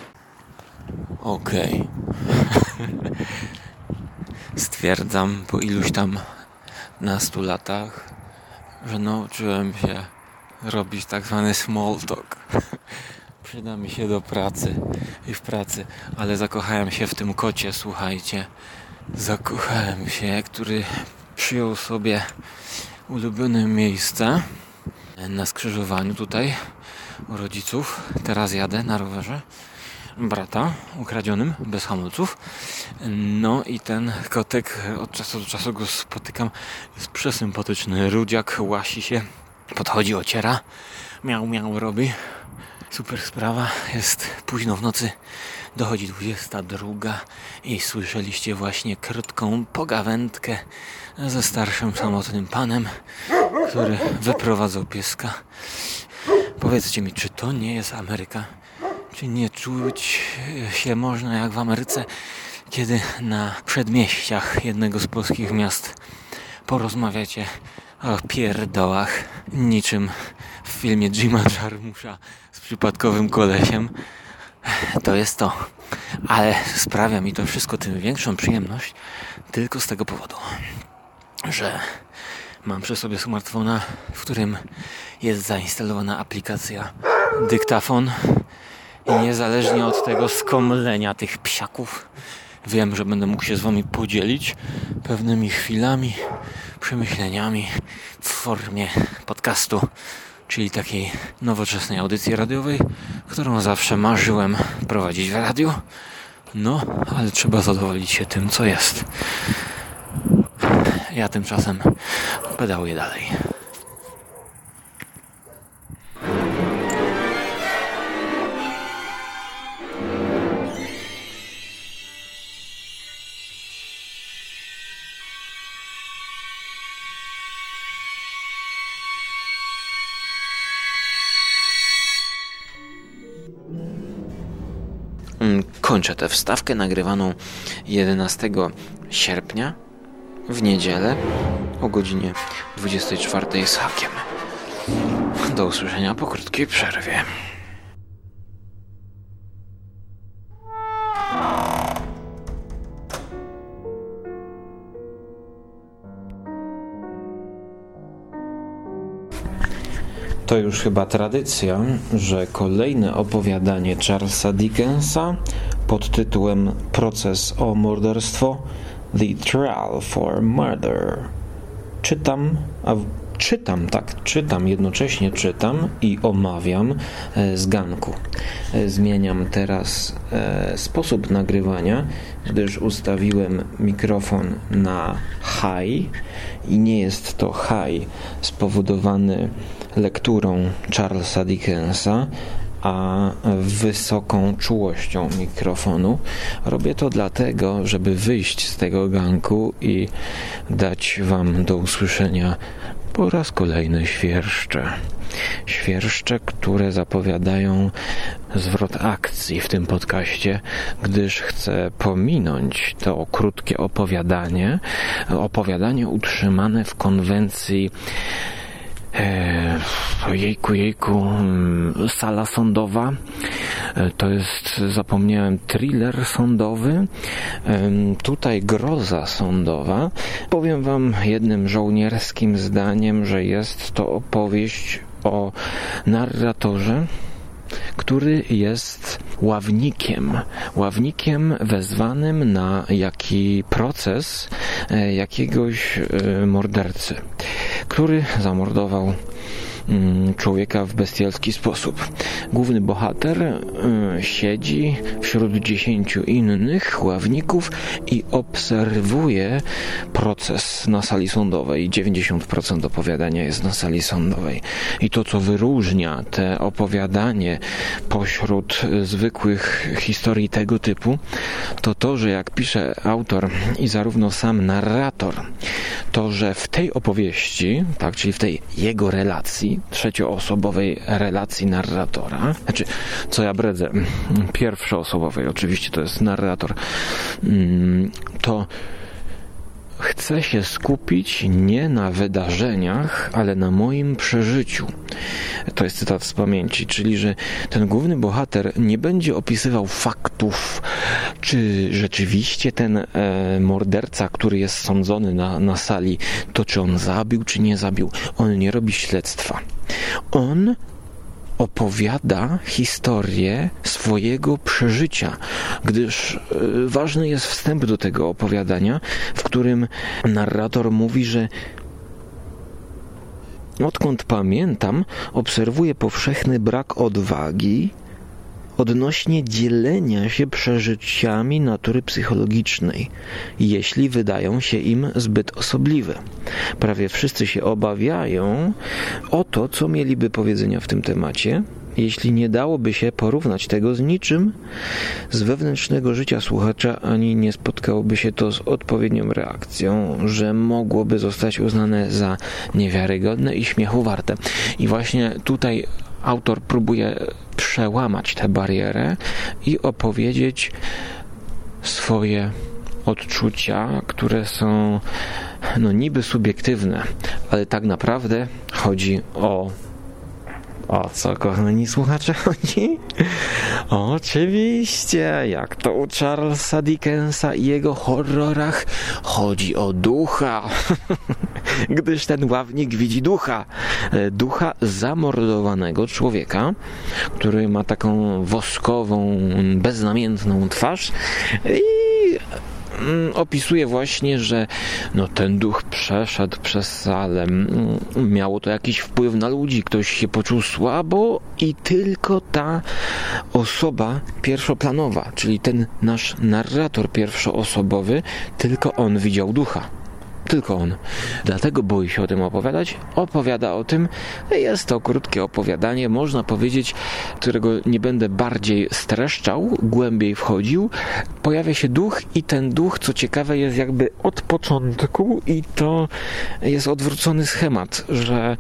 Okej. Okay. Stwierdzam po iluś tam nastu latach, że nauczyłem się robić tak zwany small talk. Przyda mi się do pracy i w pracy, ale zakochałem się w tym kocie, słuchajcie. Zakochałem się, który przyjął sobie ulubione miejsce na skrzyżowaniu tutaj u rodziców. Teraz jadę na rowerze brata ukradzionym, bez hamulców. No i ten kotek, od czasu do czasu go spotykam, jest przesympatyczny. Rudziak, łasi się, podchodzi, ociera, miał, miał robi. Super sprawa, jest późno w nocy, dochodzi dwudziesta druga i słyszeliście właśnie krótką pogawędkę ze starszym, samotnym panem, który wyprowadzał pieska. Powiedzcie mi, czy to nie jest Ameryka? Czy nie czuć się można jak w Ameryce, kiedy na przedmieściach jednego z polskich miast porozmawiacie o pierdołach, niczym w filmie Jima Jarmusza z przypadkowym kolesiem? To jest to. Ale sprawia mi to wszystko tym większą przyjemność tylko z tego powodu, że mam przy sobie smartfona, w którym jest zainstalowana aplikacja dyktafon i niezależnie od tego skomlenia tych psiaków wiem, że będę mógł się z wami podzielić pewnymi chwilami, przemyśleniami w formie podcastu, czyli takiej nowoczesnej audycji radiowej, którą zawsze marzyłem prowadzić w radiu. No, ale trzeba zadowolić się tym, co jest. Ja tymczasem pedałuję dalej. Kończę tę wstawkę nagrywaną jedenastego sierpnia w niedzielę o godzinie dwudziestej czwartej z hakiem. Do usłyszenia po krótkiej przerwie. To już chyba tradycja, że kolejne opowiadanie Charlesa Dickensa pod tytułem Proces o morderstwo, The Trial for Murder. Czytam, a czytam, tak, czytam, jednocześnie czytam i omawiam e, z ganku. E, zmieniam teraz e, sposób nagrywania, gdyż ustawiłem mikrofon na high i nie jest to high spowodowany lekturą Charlesa Dickensa, a wysoką czułością mikrofonu. Robię to dlatego, żeby wyjść z tego ganku i dać wam do usłyszenia po raz kolejny świerszcze. Świerszcze, które zapowiadają zwrot akcji w tym podcaście, gdyż chcę pominąć to krótkie opowiadanie, opowiadanie utrzymane w konwencji Eee, jejku, jejku, sala sądowa, eee, to jest, zapomniałem, thriller sądowy, eee, tutaj groza sądowa. Powiem wam jednym żołnierskim zdaniem, że jest to opowieść o narratorze, który jest ławnikiem, ławnikiem wezwanym na jaki proces e, jakiegoś e, mordercy, który zamordował mm, człowieka w bestialski sposób. Główny bohater y, siedzi wśród dziesięciu innych ławników i obserwuje proces na sali sądowej. dziewięćdziesiąt procent opowiadania jest na sali sądowej. I to, co wyróżnia te opowiadanie pośród zwykłych historii tego typu, to to, że jak pisze autor i zarówno sam narrator, to, że w tej opowieści, tak, czyli w tej jego relacji, trzecioosobowej relacji narratora, znaczy, co ja bredzę, pierwszoosobowej, oczywiście to jest narrator, to chcę się skupić nie na wydarzeniach, ale na moim przeżyciu. To jest cytat z pamięci, czyli że ten główny bohater nie będzie opisywał faktów, czy rzeczywiście ten e, morderca, który jest sądzony na, na sali, to czy on zabił, czy nie zabił. On nie robi śledztwa. On opowiada historię swojego przeżycia, gdyż ważny jest wstęp do tego opowiadania, w którym narrator mówi, że odkąd pamiętam, obserwuję powszechny brak odwagi odnośnie dzielenia się przeżyciami natury psychologicznej, jeśli wydają się im zbyt osobliwe. Prawie wszyscy się obawiają o to, co mieliby powiedzenia w tym temacie, jeśli nie dałoby się porównać tego z niczym z wewnętrznego życia słuchacza, ani nie spotkałoby się to z odpowiednią reakcją, że mogłoby zostać uznane za niewiarygodne i śmiechu warte. I właśnie tutaj autor próbuje przełamać tę barierę i opowiedzieć swoje odczucia, które są no niby subiektywne, ale tak naprawdę chodzi o O co, kochani słuchacze, chodzi? Oczywiście, jak to u Charlesa Dickensa i jego horrorach, chodzi o ducha. Gdyż ten ławnik widzi ducha. Ducha zamordowanego człowieka, który ma taką woskową, beznamiętną twarz i opisuje właśnie, że no, ten duch przeszedł przez salę. Miało to jakiś wpływ na ludzi. Ktoś się poczuł słabo i tylko ta osoba pierwszoplanowa, czyli ten nasz narrator pierwszoosobowy, tylko on widział ducha. Tylko on. Dlatego boi się o tym opowiadać. Opowiada o tym. Jest to krótkie opowiadanie, można powiedzieć, którego nie będę bardziej streszczał, głębiej wchodził. Pojawia się duch i ten duch, co ciekawe, jest jakby od początku i to jest odwrócony schemat, że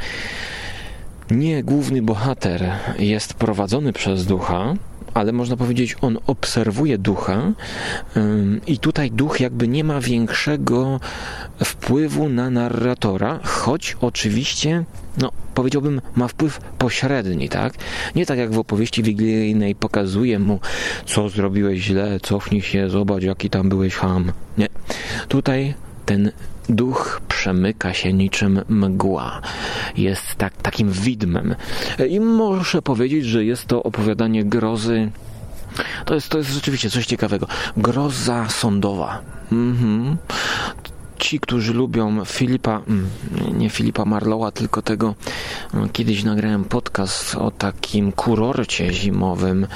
nie główny bohater jest prowadzony przez ducha, ale można powiedzieć, on obserwuje ducha ym, i tutaj duch jakby nie ma większego wpływu na narratora, choć oczywiście, no powiedziałbym, ma wpływ pośredni, tak? Nie tak jak w opowieści wigilijnej pokazuje mu, co zrobiłeś źle, cofnij się, zobacz, jaki tam byłeś cham. Nie. Tutaj ten duch przemyka się niczym mgła. Jest tak, takim widmem. I muszę powiedzieć, że jest to opowiadanie grozy. To jest, to jest rzeczywiście coś ciekawego. Groza sądowa. Mhm. Ci, którzy lubią Filipa, nie Filipa Marlowa, tylko tego, kiedyś nagrałem podcast o takim kurorcie zimowym.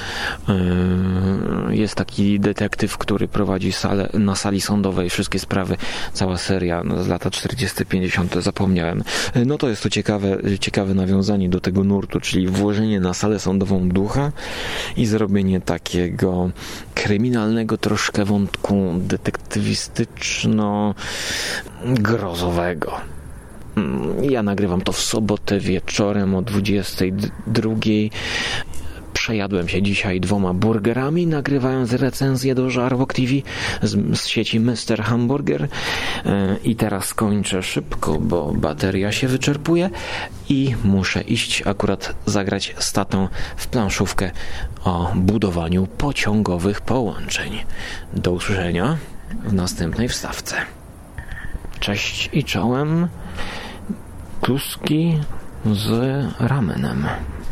Jest taki detektyw, który prowadzi salę, na sali sądowej wszystkie sprawy, cała seria no, z lata czterdzieste pięćdziesiąte, zapomniałem. No to jest to ciekawe, ciekawe nawiązanie do tego nurtu, czyli włożenie na salę sądową ducha i zrobienie takiego kryminalnego troszkę wątku detektywistyczno grozowego. Ja nagrywam to w sobotę wieczorem o dwudziestej drugiej. Przejadłem się dzisiaj dwoma burgerami, nagrywając recenzję do Żarłok T V z, z sieci mister Hamburger i teraz kończę szybko, bo bateria się wyczerpuje i muszę iść akurat zagrać z tatą w planszówkę o budowaniu pociągowych połączeń. Do usłyszenia w następnej wstawce. Cześć i czołem. Kluski z ramenem.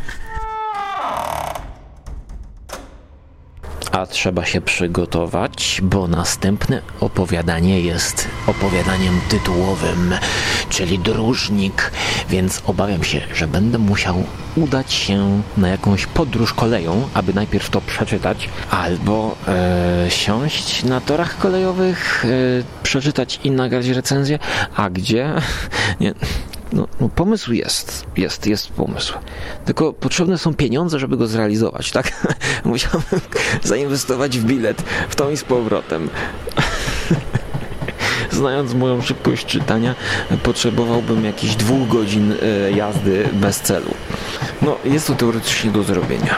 A trzeba się przygotować, bo następne opowiadanie jest opowiadaniem tytułowym, czyli Dróżnik, więc obawiam się, że będę musiał udać się na jakąś podróż koleją, aby najpierw to przeczytać, albo e, siąść na torach kolejowych, e, przeczytać i nagrać recenzję, a gdzie? Nie... No, no pomysł jest, jest, jest pomysł. Tylko potrzebne są pieniądze, żeby go zrealizować, tak? Musiałem zainwestować w bilet, w tą i z powrotem. Znając moją szybkość czytania, potrzebowałbym jakichś dwóch godzin e, jazdy bez celu. No, jest to teoretycznie do zrobienia.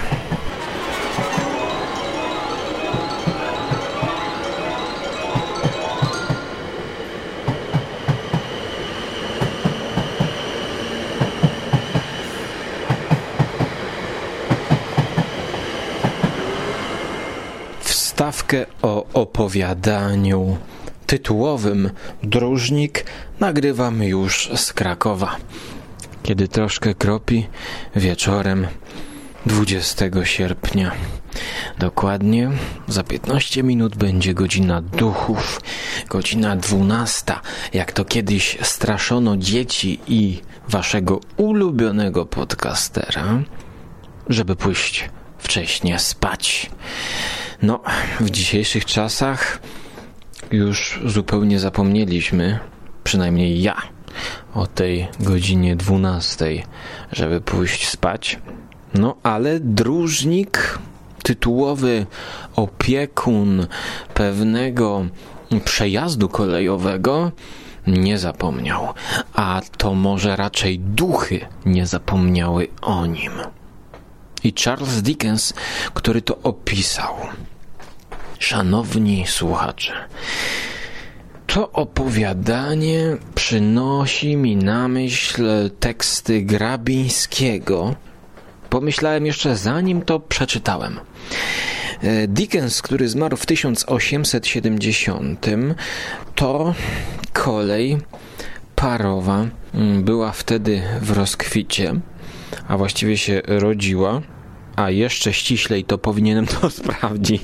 Wstawkę o opowiadaniu tytułowym Dróżnik nagrywam już z Krakowa. Kiedy troszkę kropi wieczorem, dwudziestego sierpnia. Dokładnie za piętnaście minut będzie godzina duchów, godzina dwunasta, jak to kiedyś straszono dzieci i waszego ulubionego podcastera, żeby pójść wcześnie spać. No, w dzisiejszych czasach już zupełnie zapomnieliśmy, przynajmniej ja, o tej godzinie dwunastej, żeby pójść spać. No, ale dróżnik, tytułowy opiekun pewnego przejazdu kolejowego nie zapomniał, a to może raczej duchy nie zapomniały o nim. I Charles Dickens, który to opisał. Szanowni słuchacze, to opowiadanie przynosi mi na myśl teksty Grabińskiego. Pomyślałem jeszcze zanim to przeczytałem. Dickens, który zmarł w tysiąc osiemset siedemdziesiątym, to kolej parowa była wtedy w rozkwicie, a właściwie się rodziła, a jeszcze ściślej to powinienem to sprawdzić.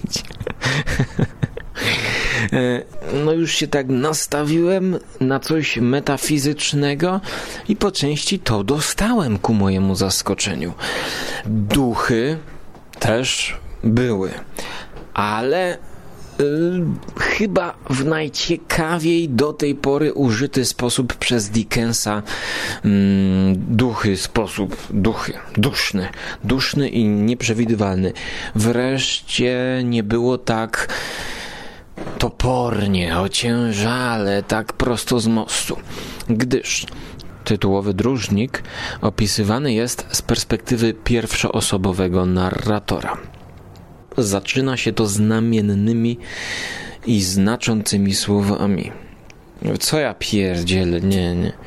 No już się tak nastawiłem na coś metafizycznego i po części to dostałem ku mojemu zaskoczeniu. Duchy też były, ale Yy, chyba w najciekawiej do tej pory użyty sposób przez Dickensa yy, duchy, sposób duchy, duszny, duszny i nieprzewidywalny. Wreszcie nie było tak topornie, ociężale, tak prosto z mostu, gdyż tytułowy dróżnik opisywany jest z perspektywy pierwszoosobowego narratora. Zaczyna się to znamiennymi i znaczącymi słowami. Co ja pierdzielę? Nie, nie.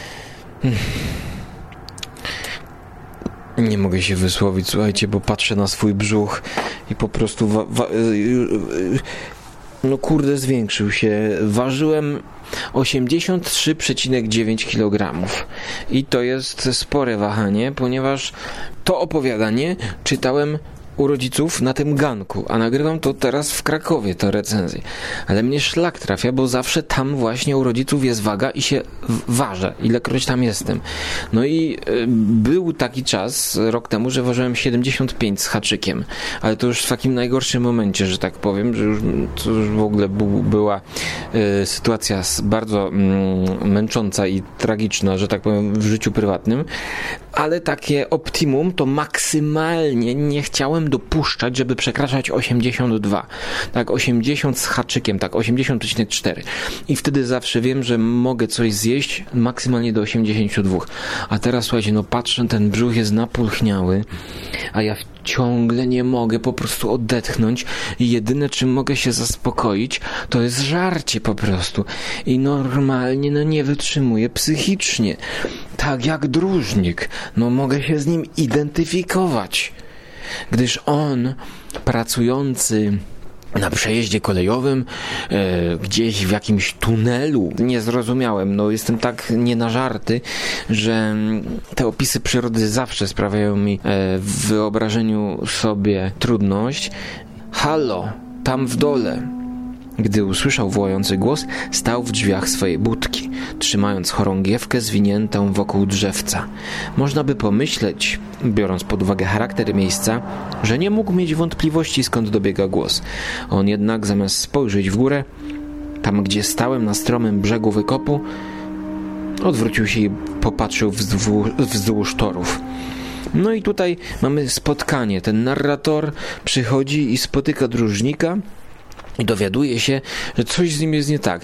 Nie mogę się wysłowić, słuchajcie, bo patrzę na swój brzuch i po prostu wa- wa- no kurde, zwiększył się. Ważyłem osiemdziesiąt trzy przecinek dziewięć kilogramów i to jest spore wahanie, ponieważ to opowiadanie czytałem u rodziców na tym ganku, a nagrywam to teraz w Krakowie, to recenzję. Ale mnie szlak trafia, bo zawsze tam właśnie u rodziców jest waga i się ważę, ilekroć tam jestem. No i y, był taki czas, rok temu, że ważyłem siedemdziesiąt pięć z haczykiem, ale to już w takim najgorszym momencie, że tak powiem, że już, to już w ogóle bu, była y, sytuacja bardzo y, męcząca i tragiczna, że tak powiem, w życiu prywatnym, ale takie optimum to maksymalnie nie chciałem dopuszczać, żeby przekraczać osiemdziesiąt dwa. Tak, osiemdziesiąt z haczykiem, tak, osiemdziesiąt przecinek cztery. I wtedy zawsze wiem, że mogę coś zjeść maksymalnie do osiemdziesiąt dwa. A teraz, słuchajcie, no patrzę, ten brzuch jest napulchniały, a ja ciągle nie mogę po prostu odetchnąć i jedyne, czym mogę się zaspokoić, to jest żarcie po prostu. I normalnie, no nie wytrzymuję psychicznie. Tak jak dróżnik, no mogę się z nim identyfikować. Gdyż on, pracujący na przejeździe kolejowym, e, gdzieś w jakimś tunelu, nie zrozumiałem, no jestem tak nie na żarty, że te opisy przyrody zawsze sprawiają mi e, w wyobrażeniu sobie trudność. Halo, tam w dole. Gdy usłyszał wołający głos, stał w drzwiach swojej budki, trzymając chorągiewkę zwiniętą wokół drzewca. Można by pomyśleć, biorąc pod uwagę charakter miejsca, że nie mógł mieć wątpliwości, skąd dobiega głos. On jednak zamiast spojrzeć w górę, tam gdzie stałem na stromym brzegu wykopu, odwrócił się i popatrzył wzdłuż, wzdłuż torów. No i tutaj mamy spotkanie. Ten narrator przychodzi i spotyka dróżnika i dowiaduje się, że coś z nim jest nie tak,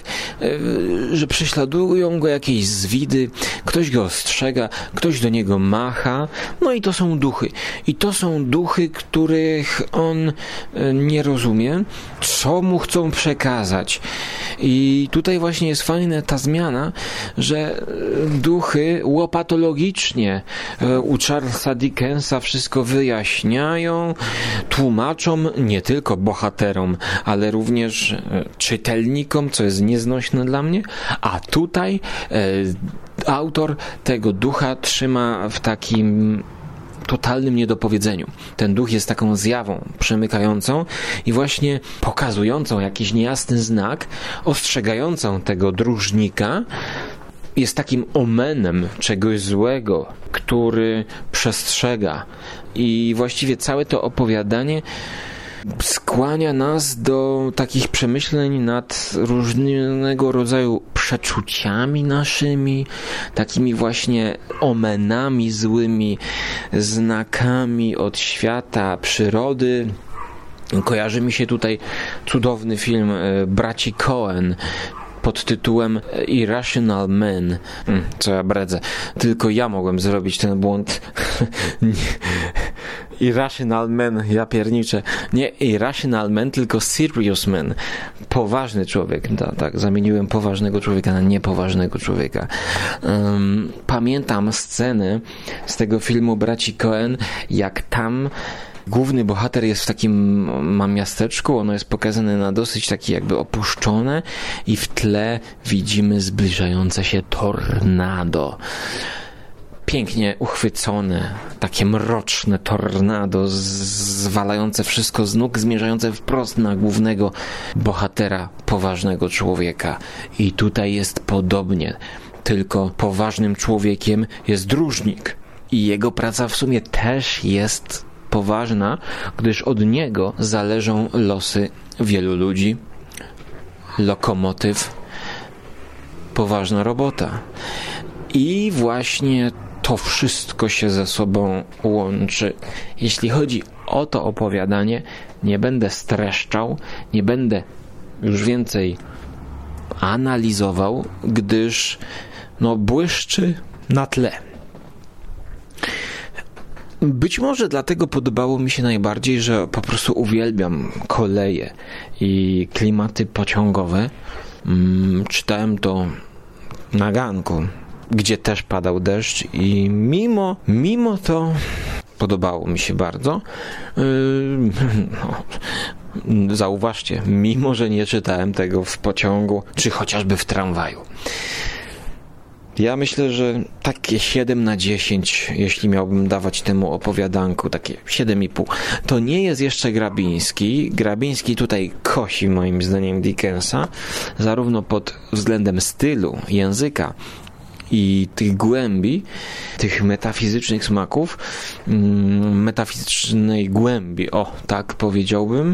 że prześladują go jakieś zwidy, ktoś go ostrzega, ktoś do niego macha, no i to są duchy. I to są duchy, których on nie rozumie, co mu chcą przekazać. I tutaj właśnie jest fajna ta zmiana, że duchy łopatologicznie u Charlesa Dickensa wszystko wyjaśniają, tłumaczą nie tylko bohaterom, ale również czytelnikom, co jest nieznośne dla mnie, a tutaj e, autor tego ducha trzyma w takim totalnym niedopowiedzeniu. Ten duch jest taką zjawą przemykającą i właśnie pokazującą jakiś niejasny znak, ostrzegającą tego dróżnika. Jest takim omenem czegoś złego, który przestrzega. I właściwie całe to opowiadanie skłania nas do takich przemyśleń nad różnego rodzaju przeczuciami naszymi, takimi właśnie omenami złymi, znakami od świata, przyrody. Kojarzy mi się tutaj cudowny film braci Coen pod tytułem Irrational Men. Co ja bredzę. Tylko ja mogłem zrobić ten błąd. Irrational Men, ja pierniczę. Nie Irrational Men, tylko Serious Men. Poważny człowiek. Tak, tak, zamieniłem poważnego człowieka na niepoważnego człowieka. Um, pamiętam scenę z tego filmu braci Coen, jak tam główny bohater jest w takim ma miasteczku, ono jest pokazane na dosyć takie jakby opuszczone i w tle widzimy zbliżające się tornado. Pięknie uchwycone, takie mroczne tornado zwalające wszystko z nóg, zmierzające wprost na głównego bohatera, poważnego człowieka. I tutaj jest podobnie, tylko poważnym człowiekiem jest dróżnik i jego praca w sumie też jest poważna, gdyż od niego zależą losy wielu ludzi, lokomotyw, poważna robota. I właśnie to wszystko się ze sobą łączy. Jeśli chodzi o to opowiadanie, nie będę streszczał, nie będę już więcej analizował, gdyż no błyszczy na tle. Być może dlatego podobało mi się najbardziej, że po prostu uwielbiam koleje i klimaty pociągowe. Mm, czytałem to na ganku, gdzie też padał deszcz i mimo, mimo to podobało mi się bardzo. Yy, no, zauważcie, mimo że nie czytałem tego w pociągu, czy chociażby w tramwaju. Ja myślę, że takie siedem na dziesięć, jeśli miałbym dawać temu opowiadanku, takie siedem i pół. To nie jest jeszcze Grabiński. Grabiński tutaj kosi moim zdaniem Dickensa, zarówno pod względem stylu, języka i tych głębi, tych metafizycznych smaków, metafizycznej głębi, o tak powiedziałbym.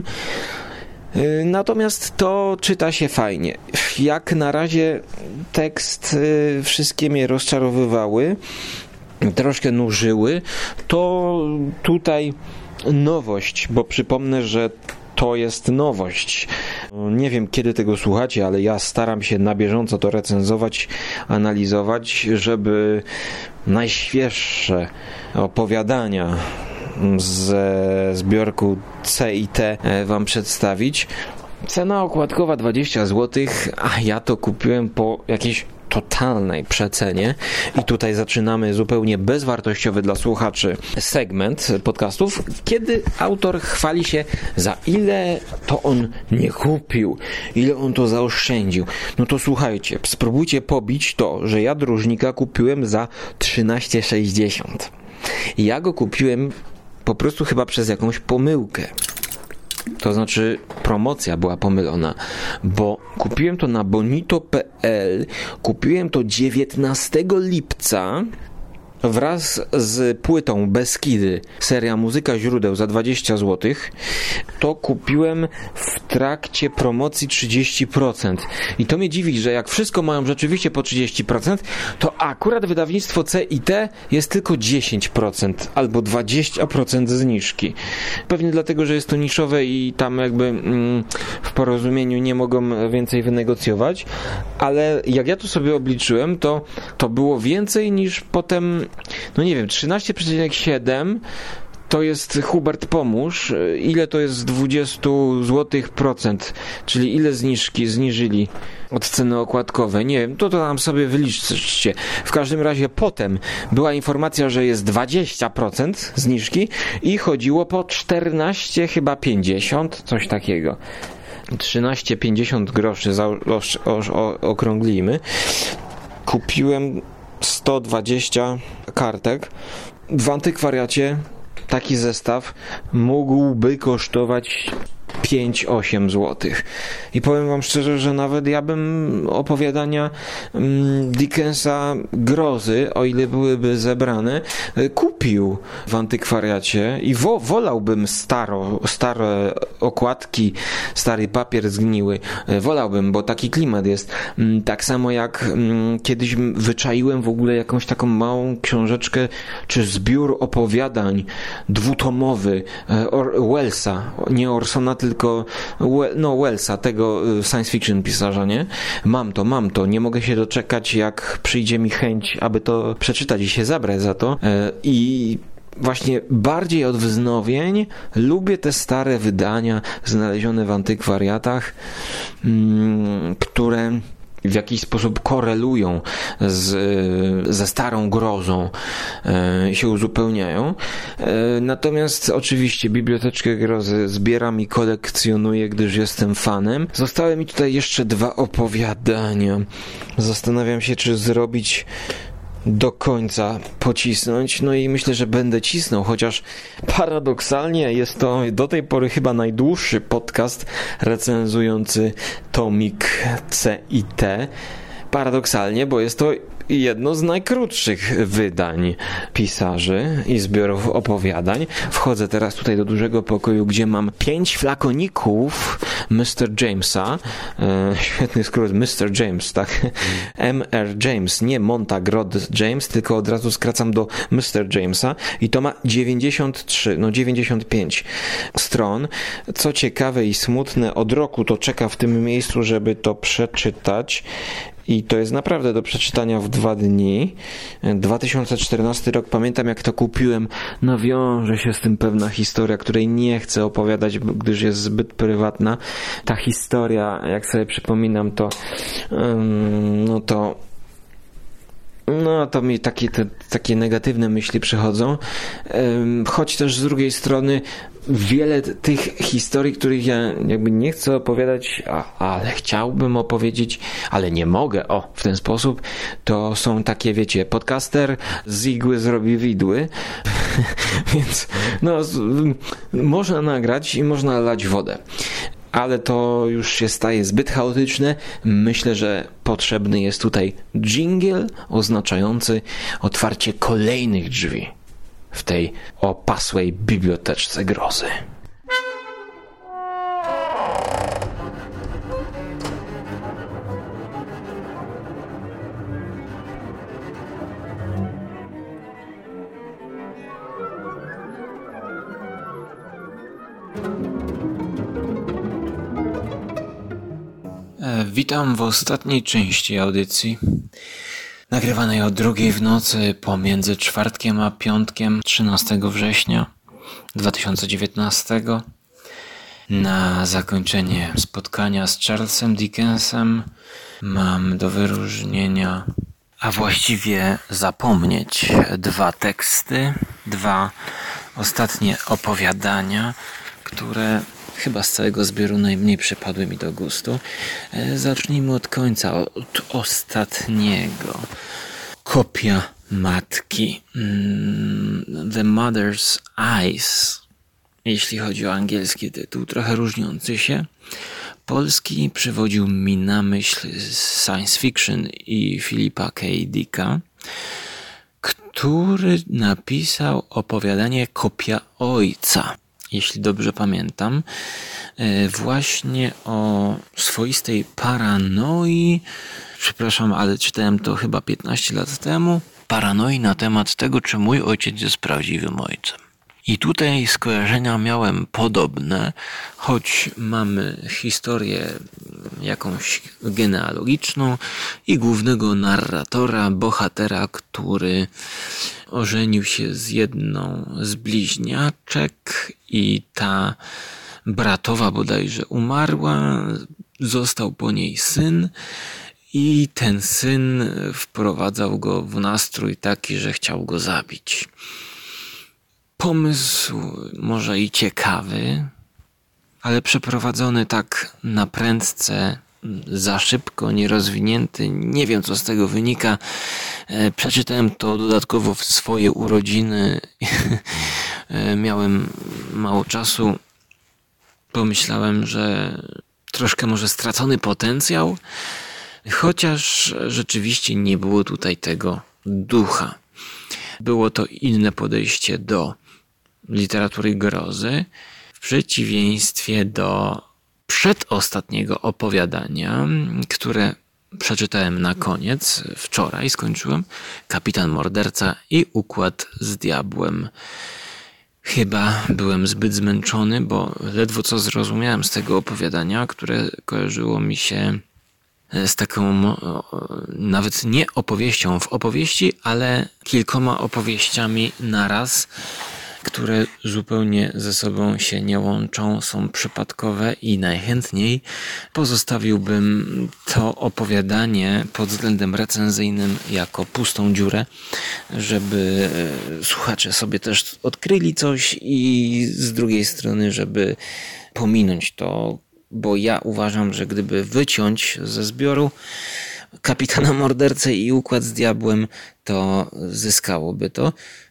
Natomiast to czyta się fajnie. Jak na razie tekst wszystkie mnie rozczarowywały, troszkę nużyły, to tutaj nowość, bo przypomnę, że to jest nowość. Nie wiem, kiedy tego słuchacie, ale ja staram się na bieżąco to recenzować, analizować, żeby najświeższe opowiadania ze zbiorku C i T wam przedstawić. Cena okładkowa dwadzieścia złotych, a ja to kupiłem po jakiejś totalnej przecenie i tutaj zaczynamy zupełnie bezwartościowy dla słuchaczy segment podcastów, kiedy autor chwali się, za ile to on nie kupił, ile on to zaoszczędził. No to słuchajcie, spróbujcie pobić to, że ja dróżnika kupiłem za trzynaście sześćdziesiąt. Ja go kupiłem po prostu chyba przez jakąś pomyłkę. To znaczy promocja była pomylona, bo kupiłem to na bonito kropka pe el, kupiłem to dziewiętnastego lipca wraz z płytą Beskidy, seria Muzyka Źródeł za dwadzieścia złotych. To kupiłem w trakcie promocji trzydzieści procent. I to mnie dziwi, że jak wszystko mają rzeczywiście po trzydzieści procent, to akurat wydawnictwo C i T jest tylko dziesięć procent albo dwadzieścia procent zniżki. Pewnie dlatego, że jest to niszowe i tam jakby mm, w porozumieniu nie mogą więcej wynegocjować, ale jak ja to sobie obliczyłem, to to było więcej niż potem, no nie wiem, trzynaście przecinek siedem to jest Hubert pomóż. Ile to jest z dwadzieścia złotych procent? Czyli ile zniżki zniżyli od ceny okładkowej? Nie wiem, to to tam sobie wyliczcie. W każdym razie potem była informacja, że jest dwadzieścia procent zniżki i chodziło po czternaście chyba pięćdziesiąt, coś takiego. trzynaście pięćdziesiąt groszy, za, o, o, o, okrąglimy. Kupiłem sto dwadzieścia kartek. W antykwariacie taki zestaw mógłby kosztować pięć osiem złotych. I powiem wam szczerze, że nawet ja bym opowiadania Dickensa grozy, o ile byłyby zebrane, kupił w antykwariacie i wo- wolałbym staro, stare okładki, stary papier zgniły. Wolałbym, bo taki klimat jest. Tak samo jak kiedyś wyczaiłem w ogóle jakąś taką małą książeczkę, czy zbiór opowiadań dwutomowy Wellsa, nie Orsona, tylko no Wellsa, tego science fiction pisarza, nie? Mam to, mam to, nie mogę się doczekać, jak przyjdzie mi chęć, aby to przeczytać i się zabrać za to. I właśnie bardziej od wznowień lubię te stare wydania znalezione w antykwariatach, które w jakiś sposób korelują z, ze starą grozą, e, się uzupełniają. E, natomiast oczywiście Biblioteczkę Grozy zbieram i kolekcjonuję, gdyż jestem fanem. Zostały mi tutaj jeszcze dwa opowiadania. Zastanawiam się, czy zrobić do końca pocisnąć, no i myślę, że będę cisnął, chociaż paradoksalnie jest to do tej pory chyba najdłuższy podcast recenzujący tomik C i T. Paradoksalnie, bo jest to jedno z najkrótszych wydań pisarzy i zbiorów opowiadań. Wchodzę teraz tutaj do dużego pokoju, gdzie mam pięć flakoników mister Jamesa. E, świetny skrót, mister James, tak? M R James, nie Montagrod James, tylko od razu skracam do mister Jamesa i to ma dziewięćdziesiąt trzy, no dziewięćdziesiąt pięć stron. Co ciekawe i smutne, od roku to czeka w tym miejscu, żeby to przeczytać. I to jest naprawdę do przeczytania w dwa dni. dwa tysiące czternasty rok, pamiętam jak to kupiłem. No wiąże się z tym pewna historia, której nie chcę opowiadać, gdyż jest zbyt prywatna. Ta historia, jak sobie przypominam, to um, no to No, to mi takie, te, takie negatywne myśli przychodzą. Um, choć też z drugiej strony wiele tych historii, których ja jakby nie chcę opowiadać, a, ale chciałbym opowiedzieć, ale nie mogę, o, w ten sposób, to są takie, wiecie, podcaster z igły zrobi widły. Więc, no, z, można nagrać i można lać wodę. Ale to już się staje zbyt chaotyczne. Myślę, że potrzebny jest tutaj dżingiel oznaczający otwarcie kolejnych drzwi w tej opasłej biblioteczce grozy. Witam w ostatniej części audycji, nagrywanej o drugiej w nocy pomiędzy czwartkiem a piątkiem trzynastego września dwa tysiące dziewiętnastego. Na zakończenie spotkania z Charlesem Dickensem mam do wyróżnienia, a właściwie zapomnieć, dwa teksty, dwa ostatnie opowiadania, które chyba z całego zbioru najmniej przypadły mi do gustu. Zacznijmy od końca, od ostatniego. Kopia matki. The Mother's Eyes. Jeśli chodzi o angielski tytuł, trochę różniący się. Polski przywodził mi na myśl science fiction i Philipa K. Dicka, który napisał opowiadanie Kopia Ojca. Jeśli dobrze pamiętam, właśnie o swoistej paranoi, przepraszam, ale czytałem to chyba piętnaście lat temu, paranoi na temat tego, czy mój ojciec jest prawdziwym ojcem. I tutaj skojarzenia miałem podobne, choć mamy historię jakąś genealogiczną i głównego narratora, bohatera, który ożenił się z jedną z bliźniaczek i ta bratowa bodajże umarła, został po niej syn i ten syn wprowadzał go w nastrój taki, że chciał go zabić. Pomysł może i ciekawy, ale przeprowadzony tak na prędce, za szybko, nierozwinięty, nie wiem co z tego wynika, Przeczytałem to dodatkowo w swoje urodziny. Miałem mało czasu. Pomyślałem, że troszkę może stracony potencjał, chociaż rzeczywiście nie było tutaj tego ducha. Było to inne podejście do literatury grozy, w przeciwieństwie do przedostatniego opowiadania, które przeczytałem na koniec, wczoraj skończyłem, Kapitan Morderca i Układ z Diabłem. Chyba byłem zbyt zmęczony, bo ledwo co zrozumiałem z tego opowiadania, które kojarzyło mi się z taką nawet nie opowieścią w opowieści, ale kilkoma opowieściami naraz, które zupełnie ze sobą się nie łączą, są przypadkowe i najchętniej pozostawiłbym to opowiadanie pod względem recenzyjnym jako pustą dziurę, żeby słuchacze sobie też odkryli coś i z drugiej strony, żeby pominąć to, bo ja uważam, że gdyby wyciąć ze zbioru Kapitana Mordercę i Układ z Diabłem, to zyskałoby to,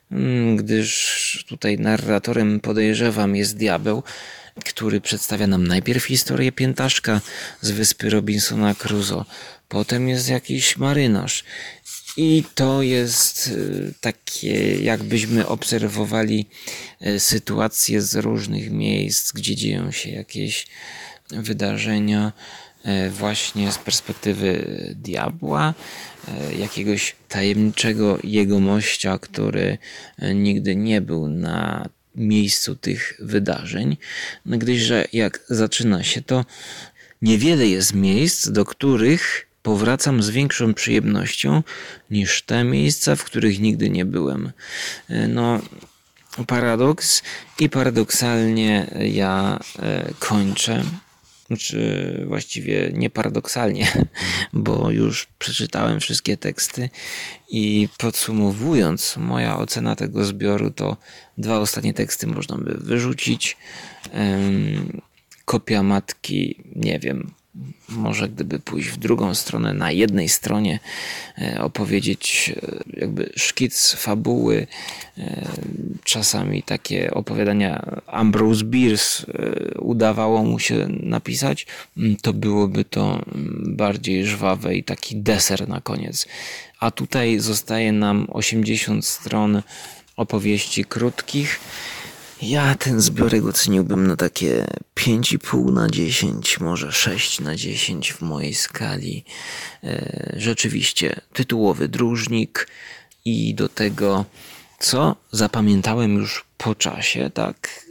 gdyż tutaj narratorem, podejrzewam, jest diabeł, który przedstawia nam najpierw historię piętaszka z wyspy Robinsona Crusoe, potem jest jakiś marynarz i to jest takie, jakbyśmy obserwowali sytuacje z różnych miejsc, gdzie dzieją się jakieś wydarzenia właśnie z perspektywy diabła, jakiegoś tajemniczego jegomościa, który nigdy nie był na miejscu tych wydarzeń, gdyżże jak zaczyna się to, niewiele jest miejsc, do których powracam z większą przyjemnością niż te miejsca, w których nigdy nie byłem. No, paradoks i paradoksalnie ja kończę. Znaczy właściwie nie paradoksalnie, bo już przeczytałem wszystkie teksty i podsumowując, moja ocena tego zbioru to dwa ostatnie teksty można by wyrzucić. Kopia matki, nie wiem, może gdyby pójść w drugą stronę, na jednej stronie opowiedzieć jakby szkic fabuły, czasami takie opowiadania Ambrose Bierce udawało mu się napisać, to byłoby to bardziej żwawe i taki deser na koniec. A tutaj zostaje nam osiemdziesiąt stron opowieści krótkich. Ja ten zbiorek oceniłbym na takie pięć i pół na dziesięć, może sześć na dziesięć w mojej skali. Rzeczywiście tytułowy dróżnik i do tego, co zapamiętałem już po czasie, tak?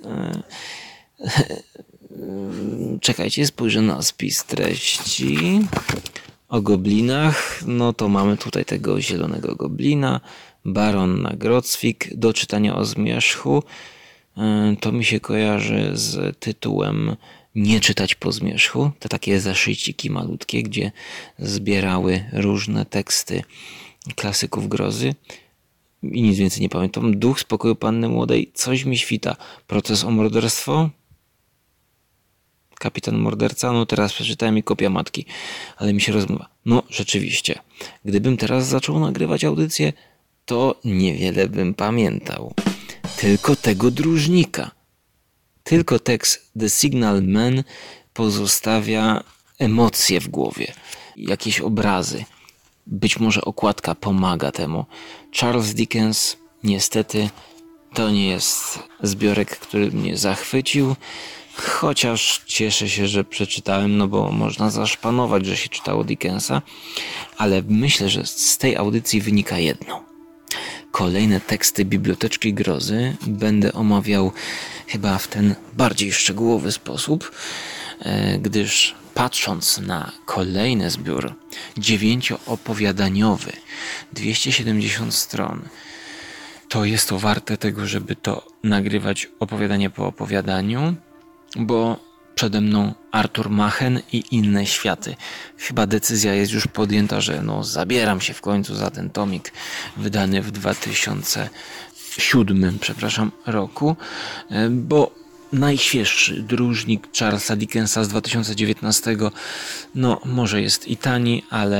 Czekajcie, spojrzę na spis treści. O goblinach, no to mamy tutaj tego zielonego goblina, Baron Nagrodzwik, do czytania o zmierzchu. To mi się kojarzy z tytułem Nie czytać po zmierzchu. To takie zaszyciki malutkie, gdzie zbierały różne teksty klasyków grozy. I nic więcej nie pamiętam. Duch spokoju Panny Młodej. Coś mi świta. Proces o morderstwo. Kapitan Morderca. No teraz przeczytałem i Kopia matki. Ale mi się rozmywa. No rzeczywiście. Gdybym teraz zaczął nagrywać audycję, to niewiele bym pamiętał. Tylko tego dróżnika. Tylko tekst The Signal Man pozostawia emocje w głowie. Jakieś obrazy. Być może okładka pomaga temu. Charles Dickens, niestety, to nie jest zbiorek, który mnie zachwycił. Chociaż cieszę się, że przeczytałem, no bo można zaszpanować, że się czytało Dickensa. Ale myślę, że z tej audycji wynika jedno. Kolejne teksty Biblioteczki Grozy będę omawiał chyba w ten bardziej szczegółowy sposób, gdyż patrząc na kolejny zbiór dziewięcioopowiadaniowy, dwieście siedemdziesiąt stron, to jest to warte tego, żeby to nagrywać opowiadanie po opowiadaniu, bo przede mną Artur Machen i Inne światy. Chyba decyzja jest już podjęta, że no zabieram się w końcu za ten tomik wydany w dwa tysiące siódmym, przepraszam, roku, bo najświeższy dróżnik Charlesa Dickensa z dwa tysiące dziewiętnastego, no może jest i tani, ale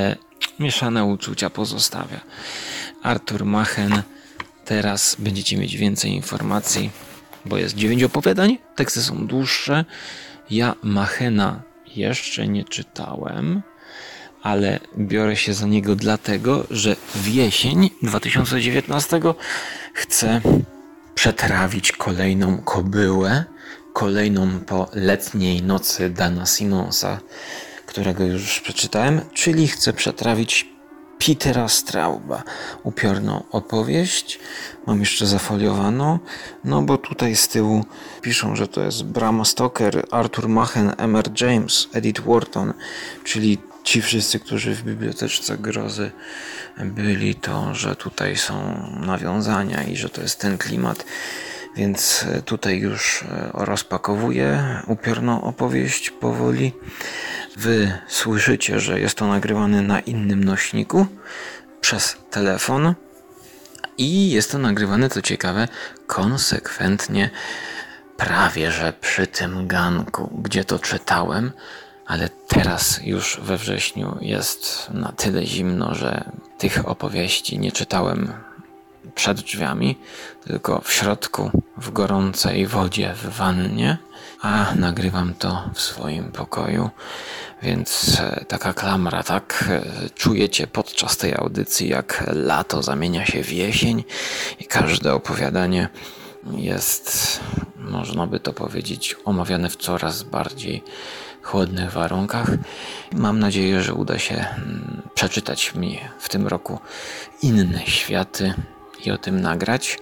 mieszane uczucia pozostawia. Artur Machen. Teraz będziecie mieć więcej informacji, bo jest dziewięć opowiadań, teksty są dłuższe. Ja Machena jeszcze nie czytałem, ale biorę się za niego dlatego, że w jesień dwa tysiące dziewiętnastego chcę przetrawić kolejną kobyłę, kolejną po letniej nocy Dana Simonsa, którego już przeczytałem, czyli chcę przetrawić Petera Strauba, upiorną opowieść. Mam jeszcze zafoliowaną, no bo tutaj z tyłu piszą, że to jest Bram Stoker, Artur Machen, M R James, Edith Wharton, czyli ci wszyscy, którzy w Biblioteczce Grozy byli, to że tutaj są nawiązania i że to jest ten klimat. Więc tutaj już rozpakowuję upiorną opowieść powoli. Wy słyszycie, że jest to nagrywane na innym nośniku przez telefon i jest to nagrywane, co ciekawe, konsekwentnie prawie że przy tym ganku, gdzie to czytałem, ale teraz już we wrześniu jest na tyle zimno, że tych opowieści nie czytałem przed drzwiami, tylko w środku, w gorącej wodzie w wannie, a nagrywam to w swoim pokoju, więc taka klamra, tak czujecie podczas tej audycji, jak lato zamienia się w jesień i każde opowiadanie jest, można by to powiedzieć, omawiane w coraz bardziej chłodnych warunkach. Mam nadzieję, że uda się przeczytać mi w tym roku inne światy i o tym nagrać.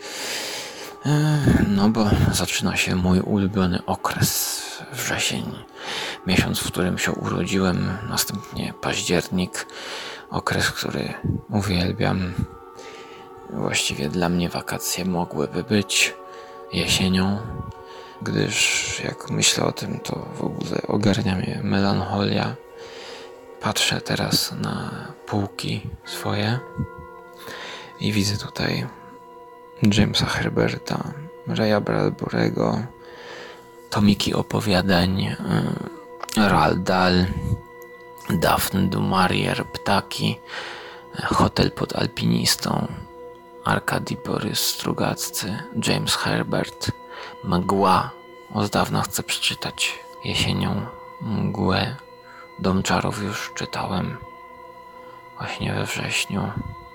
No bo zaczyna się mój ulubiony okres, wrzesień, miesiąc, w którym się urodziłem, następnie październik, okres, który uwielbiam. Właściwie dla mnie wakacje mogłyby być jesienią, gdyż jak myślę o tym, to w ogóle ogarnia mnie melancholia. Patrzę teraz na półki swoje i widzę tutaj Jamesa Herberta, Raya Bradbury'ego, tomiki opowiadań, Roald Dahl, Daphne du Maurier, Ptaki, Hotel pod Alpinistą, Arkady Borys Strugaccy, James Herbert, Mgła. Od dawna chcę przeczytać jesienią Mgłę. Dom Czarów już czytałem właśnie we wrześniu.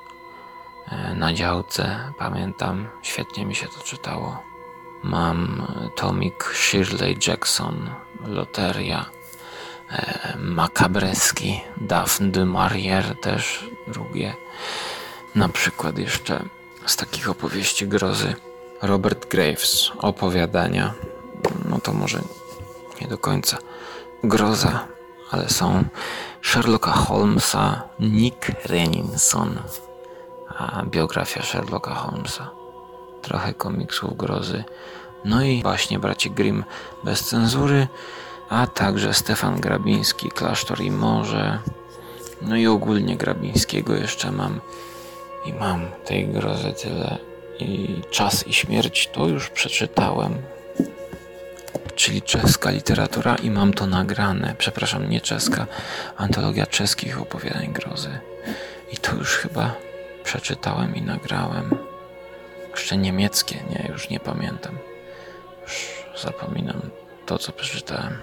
Na działce, pamiętam, świetnie mi się to czytało. Mam tomik Shirley Jackson, Loteria, e, Makabreski, Daphne du Maurier też drugie. Na przykład jeszcze z takich opowieści grozy Robert Graves, opowiadania, no to może nie do końca groza, ale są Sherlocka Holmesa, Nick Renninson, a biografia Sherlocka Holmesa, trochę komiksów grozy, no i właśnie braci Grimm bez cenzury, a także Stefan Grabiński, Klasztor i Morze, no i ogólnie Grabińskiego jeszcze mam i mam tej grozy tyle. I Czas i śmierć to już przeczytałem, czyli czeska literatura i mam to nagrane, przepraszam, nie czeska, antologia czeskich opowiadań grozy i to już chyba przeczytałem i nagrałem. Jeszcze niemieckie, nie, już nie pamiętam. Już zapominam to, co przeczytałem.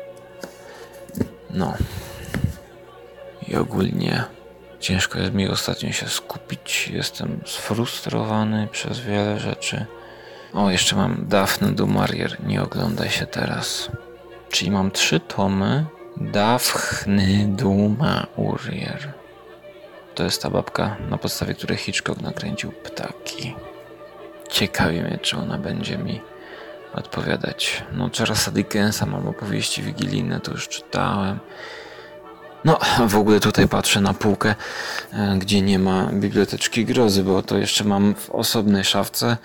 No. I ogólnie ciężko jest mi ostatnio się skupić. Jestem sfrustrowany przez wiele rzeczy. O, jeszcze mam Daphne du Maurier. Nie oglądaj się teraz. Czyli mam trzy tomy Daphne du Maurier. To jest ta babka, na podstawie której Hitchcock nakręcił Ptaki. Ciekawi mnie, czy ona będzie mi odpowiadać. No, Charlesa Dickensa mam opowieści wigilijne, to już czytałem. No, w ogóle tutaj patrzę na półkę, gdzie nie ma biblioteczki grozy, bo to jeszcze mam w osobnej szafce.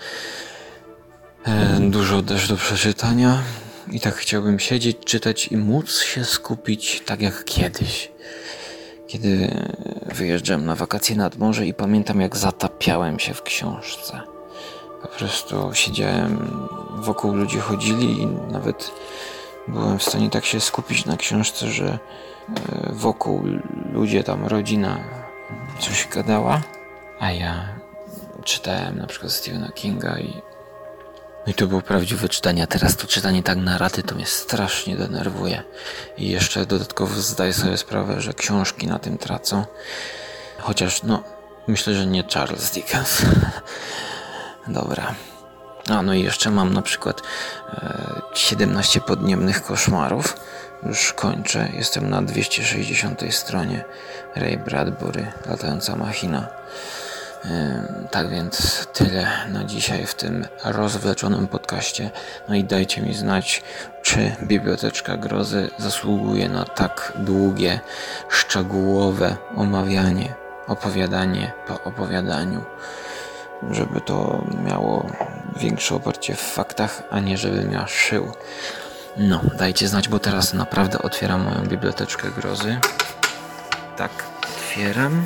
Dużo też do przeczytania. I tak chciałbym siedzieć, czytać i móc się skupić tak jak kiedyś. Kiedy wyjeżdżałem na wakacje nad morze i pamiętam, jak zatapiałem się w książce. Po prostu siedziałem, wokół ludzi chodzili i nawet byłem w stanie tak się skupić na książce, że wokół ludzie tam, rodzina coś gadała, a ja czytałem na przykład Stephena Kinga i, i to było prawdziwe czytanie, a teraz to czytanie tak na raty to mnie strasznie denerwuje. I jeszcze dodatkowo zdaję sobie sprawę, że książki na tym tracą. Chociaż no, myślę, że nie Charles Dickens. Dobra. A no i jeszcze mam na przykład e, siedemnaście podniebnych koszmarów. Już kończę. Jestem na dwieście sześćdziesiątej stronie. Ray Bradbury, Latająca machina. E, tak więc tyle na dzisiaj w tym rozwleczonym podcaście. No i dajcie mi znać, czy Biblioteczka Grozy zasługuje na tak długie, szczegółowe omawianie, opowiadanie po opowiadaniu, żeby to miało większe oparcie w faktach, a nie żebym ja szył. No, dajcie znać, bo teraz naprawdę otwieram moją Biblioteczkę Grozy. Tak, otwieram.